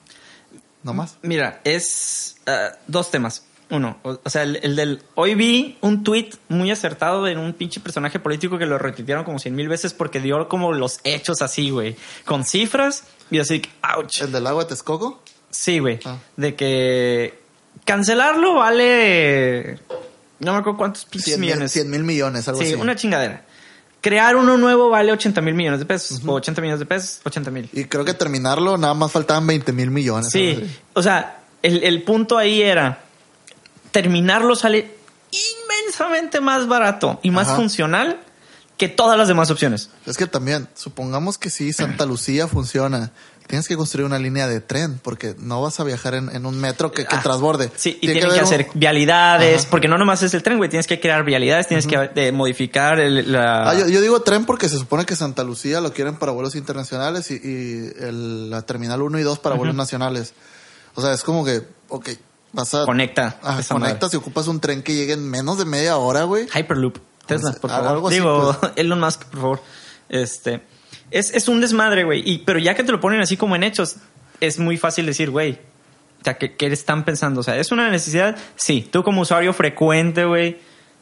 ¿No más? Mira, es uh, dos temas. Uno, o, o sea, el, el del... Hoy vi un tweet muy acertado de un pinche personaje político que lo retuitearon como cien mil veces porque dio como los hechos así, güey. Con cifras y así, ouch. ¿El del agua de Texcoco? Sí, güey. Ah. De que cancelarlo vale... No me acuerdo cuántos pinches millones. cien mil millones, algo sí, así. Sí, una chingadera. Crear uno nuevo vale ochenta mil millones de pesos. Uh-huh. O ochenta millones de pesos, ochenta mil. Y creo que terminarlo nada más faltaban veinte mil millones. Sí, o sea, el, el punto ahí era... Terminarlo sale inmensamente más barato y más Ajá. funcional que todas las demás opciones. Es que también, supongamos que sí, Santa Lucía funciona. Tienes que construir una línea de tren porque no vas a viajar en, en un metro que, que ah, transborde. Sí, y tienen que, que hacer un... vialidades, Ajá. porque no nomás es el tren, güey. Tienes que crear vialidades, tienes uh-huh. que de, modificar el, la... Ah, yo, yo digo tren porque se supone que Santa Lucía lo quieren para vuelos internacionales y, y el, la Terminal uno y dos para uh-huh. vuelos nacionales. O sea, es como que, ok... Vas a, Conecta. Ah, conectas y ocupas un tren que llegue en menos de media hora, güey. Hyperloop. Tesla, por favor. Algo así, Digo, pues. Elon Musk, por favor. Este, es, es un desmadre, güey. Y, pero ya que te lo ponen así como en hechos, es muy fácil decir, güey, o sea, ¿qué, ¿qué están pensando? O sea, ¿es una necesidad? Sí. Tú como usuario frecuente, güey,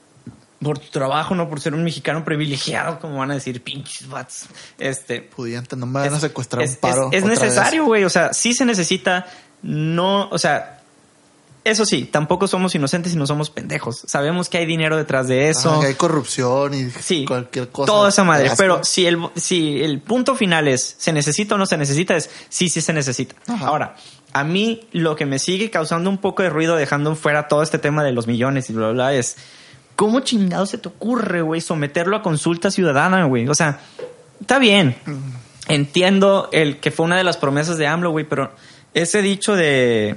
por tu trabajo, no por ser un mexicano privilegiado, como van a decir, pinches bats. Este, pudiente, no me van a secuestrar es, un paro. Es, es necesario, güey. O sea, sí se necesita. No, o sea... Eso sí, tampoco somos inocentes y no somos pendejos. Sabemos que hay dinero detrás de eso. Ah, que hay corrupción y sí, cualquier cosa. Toda esa madre. Pero si el, si el punto final es ¿se necesita o no se necesita? Es sí, sí se necesita. Ajá. Ahora, a mí lo que me sigue causando un poco de ruido dejando fuera todo este tema de los millones y bla, bla, bla es ¿cómo chingado se te ocurre, güey, someterlo a consulta ciudadana, güey? O sea, está bien. Entiendo el que fue una de las promesas de AMLO, güey, pero ese dicho de...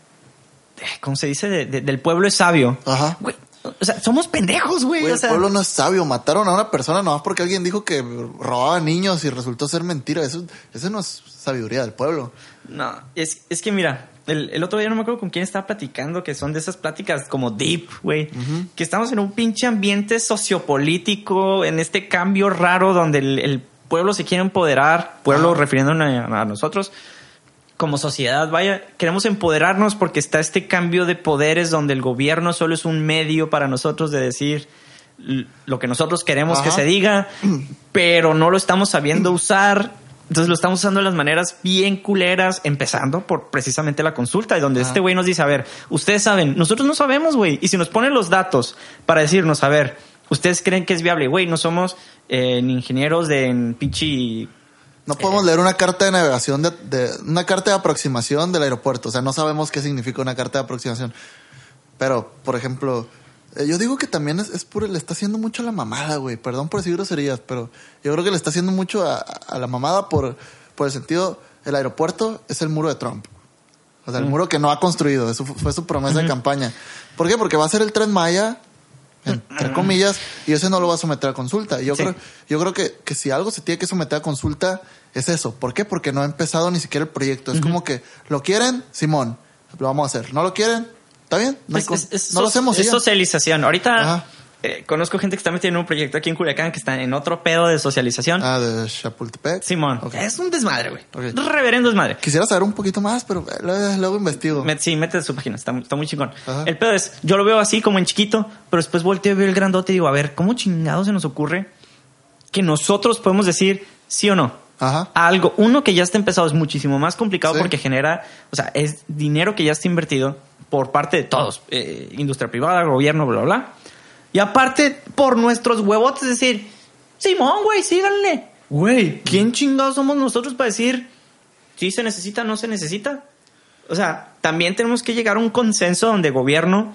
¿Cómo se dice? De, de, del pueblo es sabio. Ajá. Güey, o sea, somos pendejos, güey. güey o sea, el pueblo no es sabio. Mataron a una persona nomás porque alguien dijo que robaba niños y resultó ser mentira. Eso, eso no es sabiduría del pueblo. No, es, es que mira, el, el otro día no me acuerdo con quién estaba platicando, que son de esas pláticas como deep, güey. Uh-huh. Que estamos en un pinche ambiente sociopolítico, en este cambio raro donde el, el pueblo se quiere empoderar. Pueblo, uh-huh. refiriéndonos a, a nosotros. Como sociedad, vaya, queremos empoderarnos porque está este cambio de poderes donde el gobierno solo es un medio para nosotros de decir lo que nosotros queremos Ajá. que se diga, pero no lo estamos sabiendo usar. Entonces lo estamos usando de las maneras bien culeras, empezando por precisamente la consulta, y donde Ajá. este güey nos dice, a ver, ustedes saben, nosotros no sabemos, güey, y si nos ponen los datos para decirnos, a ver, ustedes creen que es viable, güey, no somos eh, ni ingenieros de en pinche... No podemos leer una carta de navegación, de, de una carta de aproximación del aeropuerto. O sea, no sabemos qué significa una carta de aproximación. Pero, por ejemplo, eh, yo digo que también es, es puro, le está haciendo mucho a la mamada, güey. Perdón por decir groserías, pero yo creo que le está haciendo mucho a, a la mamada por, por el sentido, el aeropuerto es el muro de Trump. O sea, el mm. muro que no ha construido. Eso fue su promesa mm-hmm. de campaña. ¿Por qué? Porque va a ser el Tren Maya... entre comillas, y ese no lo va a someter a consulta. Y yo sí. creo, yo creo que, que si algo se tiene que someter a consulta es eso. ¿Por qué? Porque no ha empezado ni siquiera el proyecto. Es uh-huh. como que lo quieren, Simón, lo vamos a hacer. ¿No lo quieren? ¿Está bien? No, es, con, es, es, no lo hacemos. Es socialización. Ahorita eh, conozco gente que está metida en un proyecto aquí en Culiacán que está en otro pedo de socialización. Ah, de Chapultepec. Simón. Okay. Es un desmadre, güey. Okay. Reverendo desmadre. Quisiera saber un poquito más, pero luego, luego investigo. Met, sí, métete a su página. Está, está muy chingón. Ajá. El pedo es, yo lo veo así como en chiquito, pero después volteo y veo el grandote y digo, a ver, ¿cómo chingado se nos ocurre que nosotros podemos decir sí o no? Ajá. a algo, uno que ya está empezado es muchísimo más complicado Sí. porque genera, o sea, es dinero que ya está invertido por parte de todos, eh, industria privada, gobierno, bla, bla, bla. Y aparte, por nuestros huevotes, es decir, Simón, güey, síganle. Güey, ¿quién chingados somos nosotros para decir si se necesita o no se necesita? O sea, también tenemos que llegar a un consenso donde el gobierno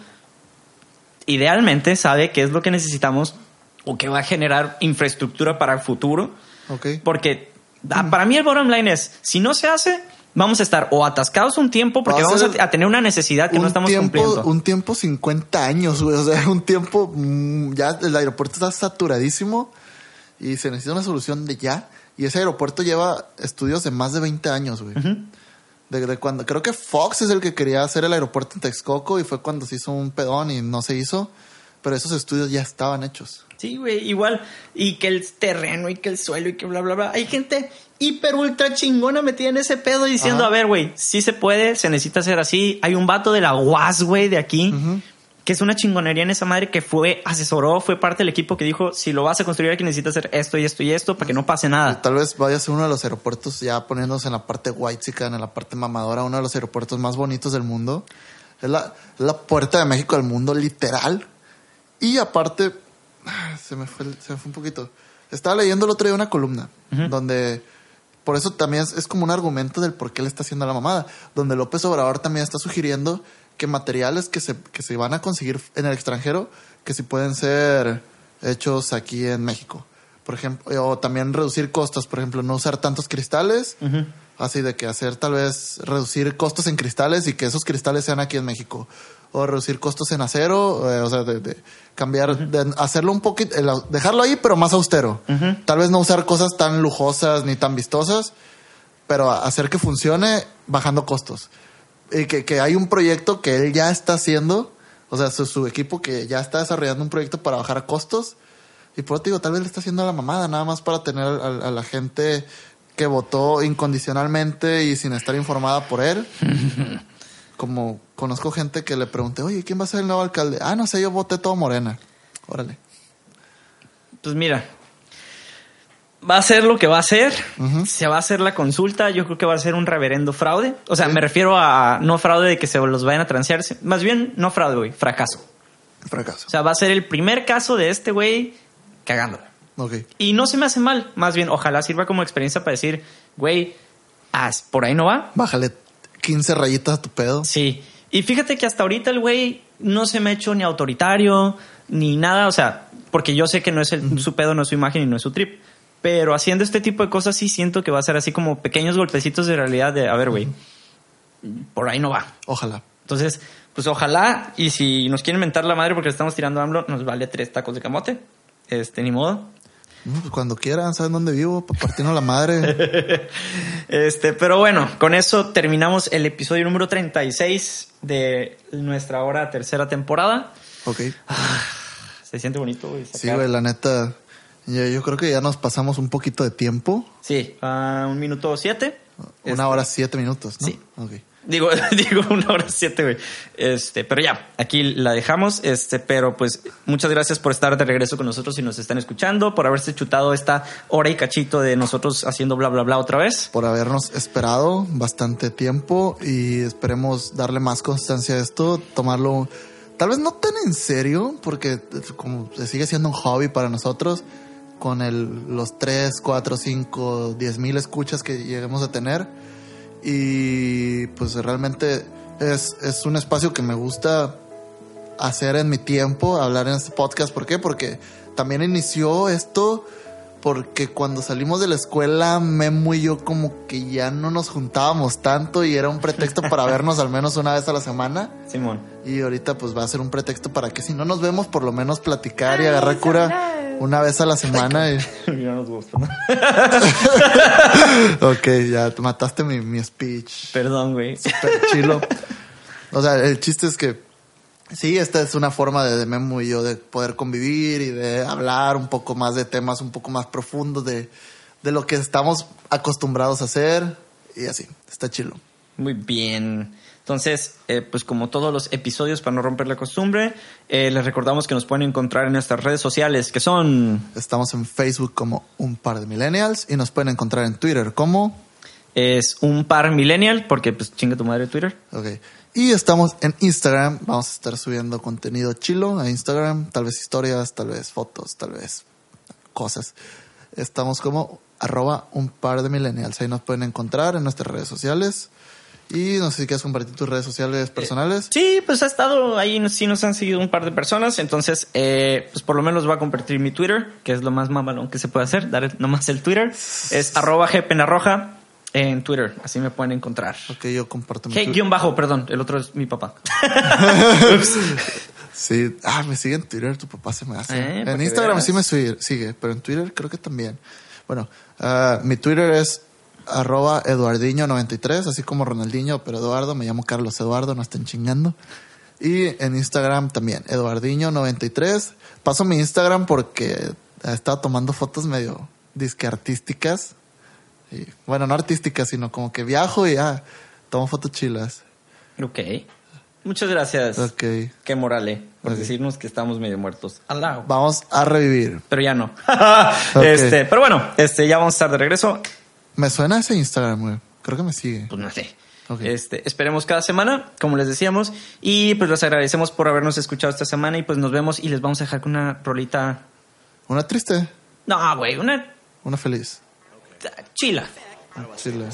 idealmente sabe qué es lo que necesitamos o que va a generar infraestructura para el futuro. Ok. Porque ah, para mí el bottom line es, si no se hace, vamos a estar o atascados un tiempo porque Va a vamos ser a, a tener una necesidad que no estamos tiempo, cumpliendo. Un tiempo cincuenta años, güey. O sea, un tiempo... mm, ya el aeropuerto está saturadísimo y se necesita una solución de ya. Y ese aeropuerto lleva estudios de más de veinte años, güey. Ujú. de, de cuando... Creo que Fox es el que quería hacer el aeropuerto en Texcoco y fue cuando se hizo un pedón y no se hizo. Pero esos estudios ya estaban hechos. Sí, güey, igual. Y que el terreno y que el suelo y que bla, bla, bla. Hay gente hiper ultra chingona metida en ese pedo diciendo, Ajá. a ver, güey, sí se puede, se necesita hacer así. Hay un vato de la U A S, güey, de aquí, Ujú. que es una chingonería en esa madre que fue, asesoró, fue parte del equipo que dijo, si lo vas a construir aquí necesitas hacer esto y esto y esto para que no pase Y nada. tal vez vaya a ser uno de los aeropuertos, ya poniéndose en la parte whitezican, en la parte mamadora, uno de los aeropuertos más bonitos del mundo. Es la, es la puerta de México al mundo, literal. Y aparte, se me fue, el- se me fue un poquito. Estaba leyendo el otro día una columna, Ujú. donde, por eso también es, es como un argumento del por qué le está haciendo la mamada, donde López Obrador también está sugiriendo que materiales que se, que se van a conseguir en el extranjero, que sí pueden ser hechos aquí en México. Por ejemplo, o también reducir costos, por ejemplo, no usar tantos cristales, Ujú. así de que hacer tal vez reducir costos en cristales y que esos cristales sean aquí en México. O reducir costos en acero, eh, o sea, de, de cambiar, de hacerlo un poquito, el au- dejarlo ahí, pero más austero. Ujú. Tal vez no usar cosas tan lujosas ni tan vistosas, pero hacer que funcione bajando costos. Y que, que hay un proyecto que él ya está haciendo, o sea, su, su equipo que ya está desarrollando un proyecto para bajar costos. Y por eso te digo, tal vez le está haciendo la mamada, nada más para tener a, a la gente que votó incondicionalmente y sin estar informada por él. Como conozco gente que le pregunté, oye, ¿quién va a ser el nuevo alcalde? Ah, no sé, yo voté todo Morena. Órale. Pues mira, va a ser lo que va a ser. Ujú. Se va a hacer la consulta. Yo creo que va a ser un reverendo fraude. O sea, Sí. me refiero a no fraude de que se los vayan a transear. Más bien, no fraude, güey, fracaso. Fracaso. O sea, va a ser el primer caso de este güey cagándola. Ok. Y no se me hace mal. Más bien, ojalá sirva como experiencia para decir, güey, haz, por ahí no va. Bájale quince rayitas a tu pedo. Sí. Y fíjate que hasta ahorita el güey no se me ha hecho ni autoritario, ni nada. O sea, porque yo sé que no es el, su pedo, no es su imagen y no es su trip. Pero haciendo este tipo de cosas sí siento que va a ser así como pequeños golpecitos de realidad de, a ver, güey, por ahí no va. Ojalá. Entonces, pues ojalá, y si nos quieren mentar la madre porque le estamos tirando a AMLO, nos vale tres tacos de camote. Este, ni modo. No, pues cuando quieran, saben dónde vivo, para partirnos la madre. Este, pero bueno, con eso terminamos el episodio número treinta y seis de nuestra ahora tercera temporada. Ok. Se siente bonito, güey. Sí, sacar- güey, la neta. Yo, yo creo que ya nos pasamos un poquito de tiempo. Sí, a un minuto siete. Una Este, hora siete minutos, ¿no? Sí. Ok. Digo, digo una hora siete, güey. Este, pero ya, aquí la dejamos. Este, pero pues muchas gracias por estar de regreso con nosotros y nos están escuchando, por haberse chutado esta hora y cachito de nosotros haciendo bla, bla, bla otra vez. Por habernos esperado bastante tiempo y esperemos darle más constancia a esto, tomarlo tal vez no tan en serio, porque como se sigue siendo un hobby para nosotros, con el, los tres, cuatro, cinco, diez mil escuchas que lleguemos a tener. Y pues realmente es, es un espacio que me gusta hacer en mi tiempo, hablar en este podcast. ¿Por qué? Porque también inició esto porque cuando salimos de la escuela, Memo y yo como que ya no nos juntábamos tanto y era un pretexto para vernos al menos una vez a la semana. Simón. Y ahorita pues va a ser un pretexto para que si no nos vemos, por lo menos platicar y agarrar cura una vez a la semana. Y... No nos gusta, ¿no? ok, ya te mataste mi, mi speech. Perdón, güey. Súper chilo. O sea, el chiste es que sí, esta es una forma de, de Memo y yo de poder convivir y de hablar un poco más de temas un poco más profundos de, de lo que estamos acostumbrados a hacer y así, está chilo. Muy bien. Entonces, eh, pues como todos los episodios, para no romper la costumbre, eh, les recordamos que nos pueden encontrar en nuestras redes sociales, que son... Estamos en Facebook como Un Par de Millennials y nos pueden encontrar en Twitter como... Es Un Par Millennial, porque pues chinga tu madre Twitter. Ok. Y estamos en Instagram. Vamos a estar subiendo contenido chilo a Instagram. Tal vez historias, tal vez fotos, tal vez cosas. Estamos como arroba Un Par de Millennials. Ahí nos pueden encontrar en nuestras redes sociales. Y no sé si quieres compartir tus redes sociales personales. Eh, sí, pues ha estado ahí, sí nos han seguido un par de personas. Entonces, eh, pues por lo menos voy a compartir mi Twitter, que es lo más mamalón que se puede hacer. Dar nomás el Twitter. Es arroba gpenarroja en Twitter. Así me pueden encontrar. Ok, yo comparto mi G Twitter. guión bajo, perdón. El otro es mi papá. Sí. Ah, me sigue en Twitter. Tu papá se me hace. Eh, para en que Instagram veas. sí me sigue, sigue, pero en Twitter creo que también. Bueno, uh, mi Twitter es arroba eduardiño noventa y tres, así como Ronaldinho, pero Eduardo, me llamo Carlos Eduardo, no estén chingando. Y en Instagram también, eduardiño noventa y tres. Paso mi Instagram porque he estado tomando fotos medio disque artísticas. Y, bueno, no artísticas, sino como que viajo y ya, tomo fotos chilas. Ok. Muchas gracias. Ok. Qué morale, por Ok. decirnos que estamos medio muertos. Alao. Vamos a revivir. Pero ya no. Ok. Este, pero bueno, este, ya vamos a estar de regreso. Me suena ese Instagram, güey. Creo que me sigue. Pues no sé. Ok. Este, esperemos cada semana, como les decíamos. Y pues les agradecemos por habernos escuchado esta semana. Y pues nos vemos y les vamos a dejar con una rolita. Una triste, No, güey, una una feliz. chila. Chile.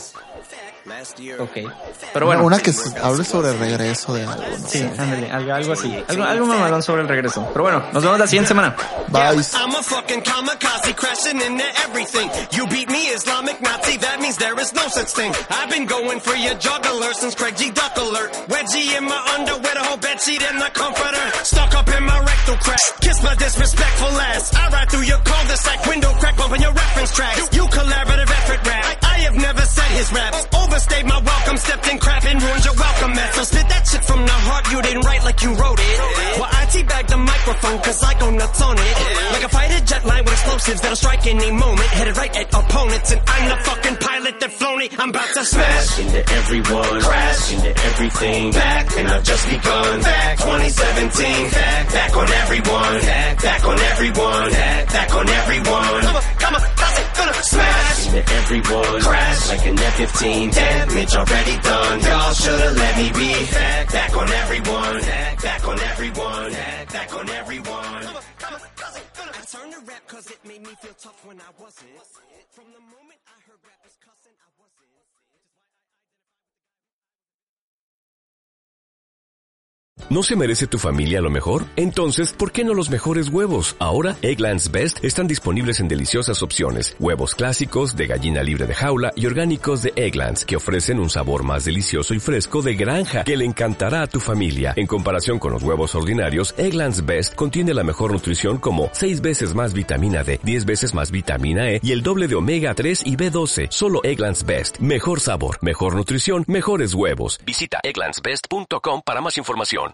Ok. Pero bueno. Una, una que s- hable sobre el regreso de algo. No Sí, sé. ándale, algo, algo así. Algo, algo mamalón sobre el regreso. Pero bueno, nos vemos la siguiente semana. Bye. I'm a fucking kamikaze crashing into everything. You beat me, Islamic Nazi, that means there is no such thing. I've been going for your juggler since Craig G. Duck alert. Wedgie in my underwear, the whole bedsheet in the comforter. Stuck up in my rectal crack. Kiss my disrespectful ass. I ride through your cul-de-sac, window crack, bumping your reference tracks. You collaborative effort rap. I, I have never said his raps. Overstayed my welcome, stepped in crap and ruined your welcome mat. So spit that shit from the heart, you didn't write like you wrote it. Well, I teabag the microphone cause I go nuts on it. Like a fighter jet line with explosives that'll strike any moment. Headed right at opponents and I'm the fucking pilot that flown it. I'm about to smash into everyone, crash into everything, back, and I've just begun, back, twenty seventeen, back, back on everyone, back, back on everyone, back, back on everyone, Come on, come on, how's it gonna smash? into everyone, crash like an F fifteen, damage already done, y'all should've let me be, back, back on everyone, back, back on everyone, back, back on everyone. Come on, come on, how's it gonna I turned to rap cause it made me feel tough when I wasn't. From the moment I heard rappers cussing, I wasn't. ¿No se merece tu familia lo mejor? Entonces, ¿por qué no los mejores huevos? Ahora, Eggland's Best están disponibles en deliciosas opciones. Huevos clásicos, de gallina libre de jaula y orgánicos de Eggland's, que ofrecen un sabor más delicioso y fresco de granja que le encantará a tu familia. En comparación con los huevos ordinarios, Eggland's Best contiene la mejor nutrición como seis veces más vitamina D, diez veces más vitamina E y el doble de omega tres y B doce. Solo Eggland's Best. Mejor sabor, mejor nutrición, mejores huevos. Visita egglands best punto com para más información.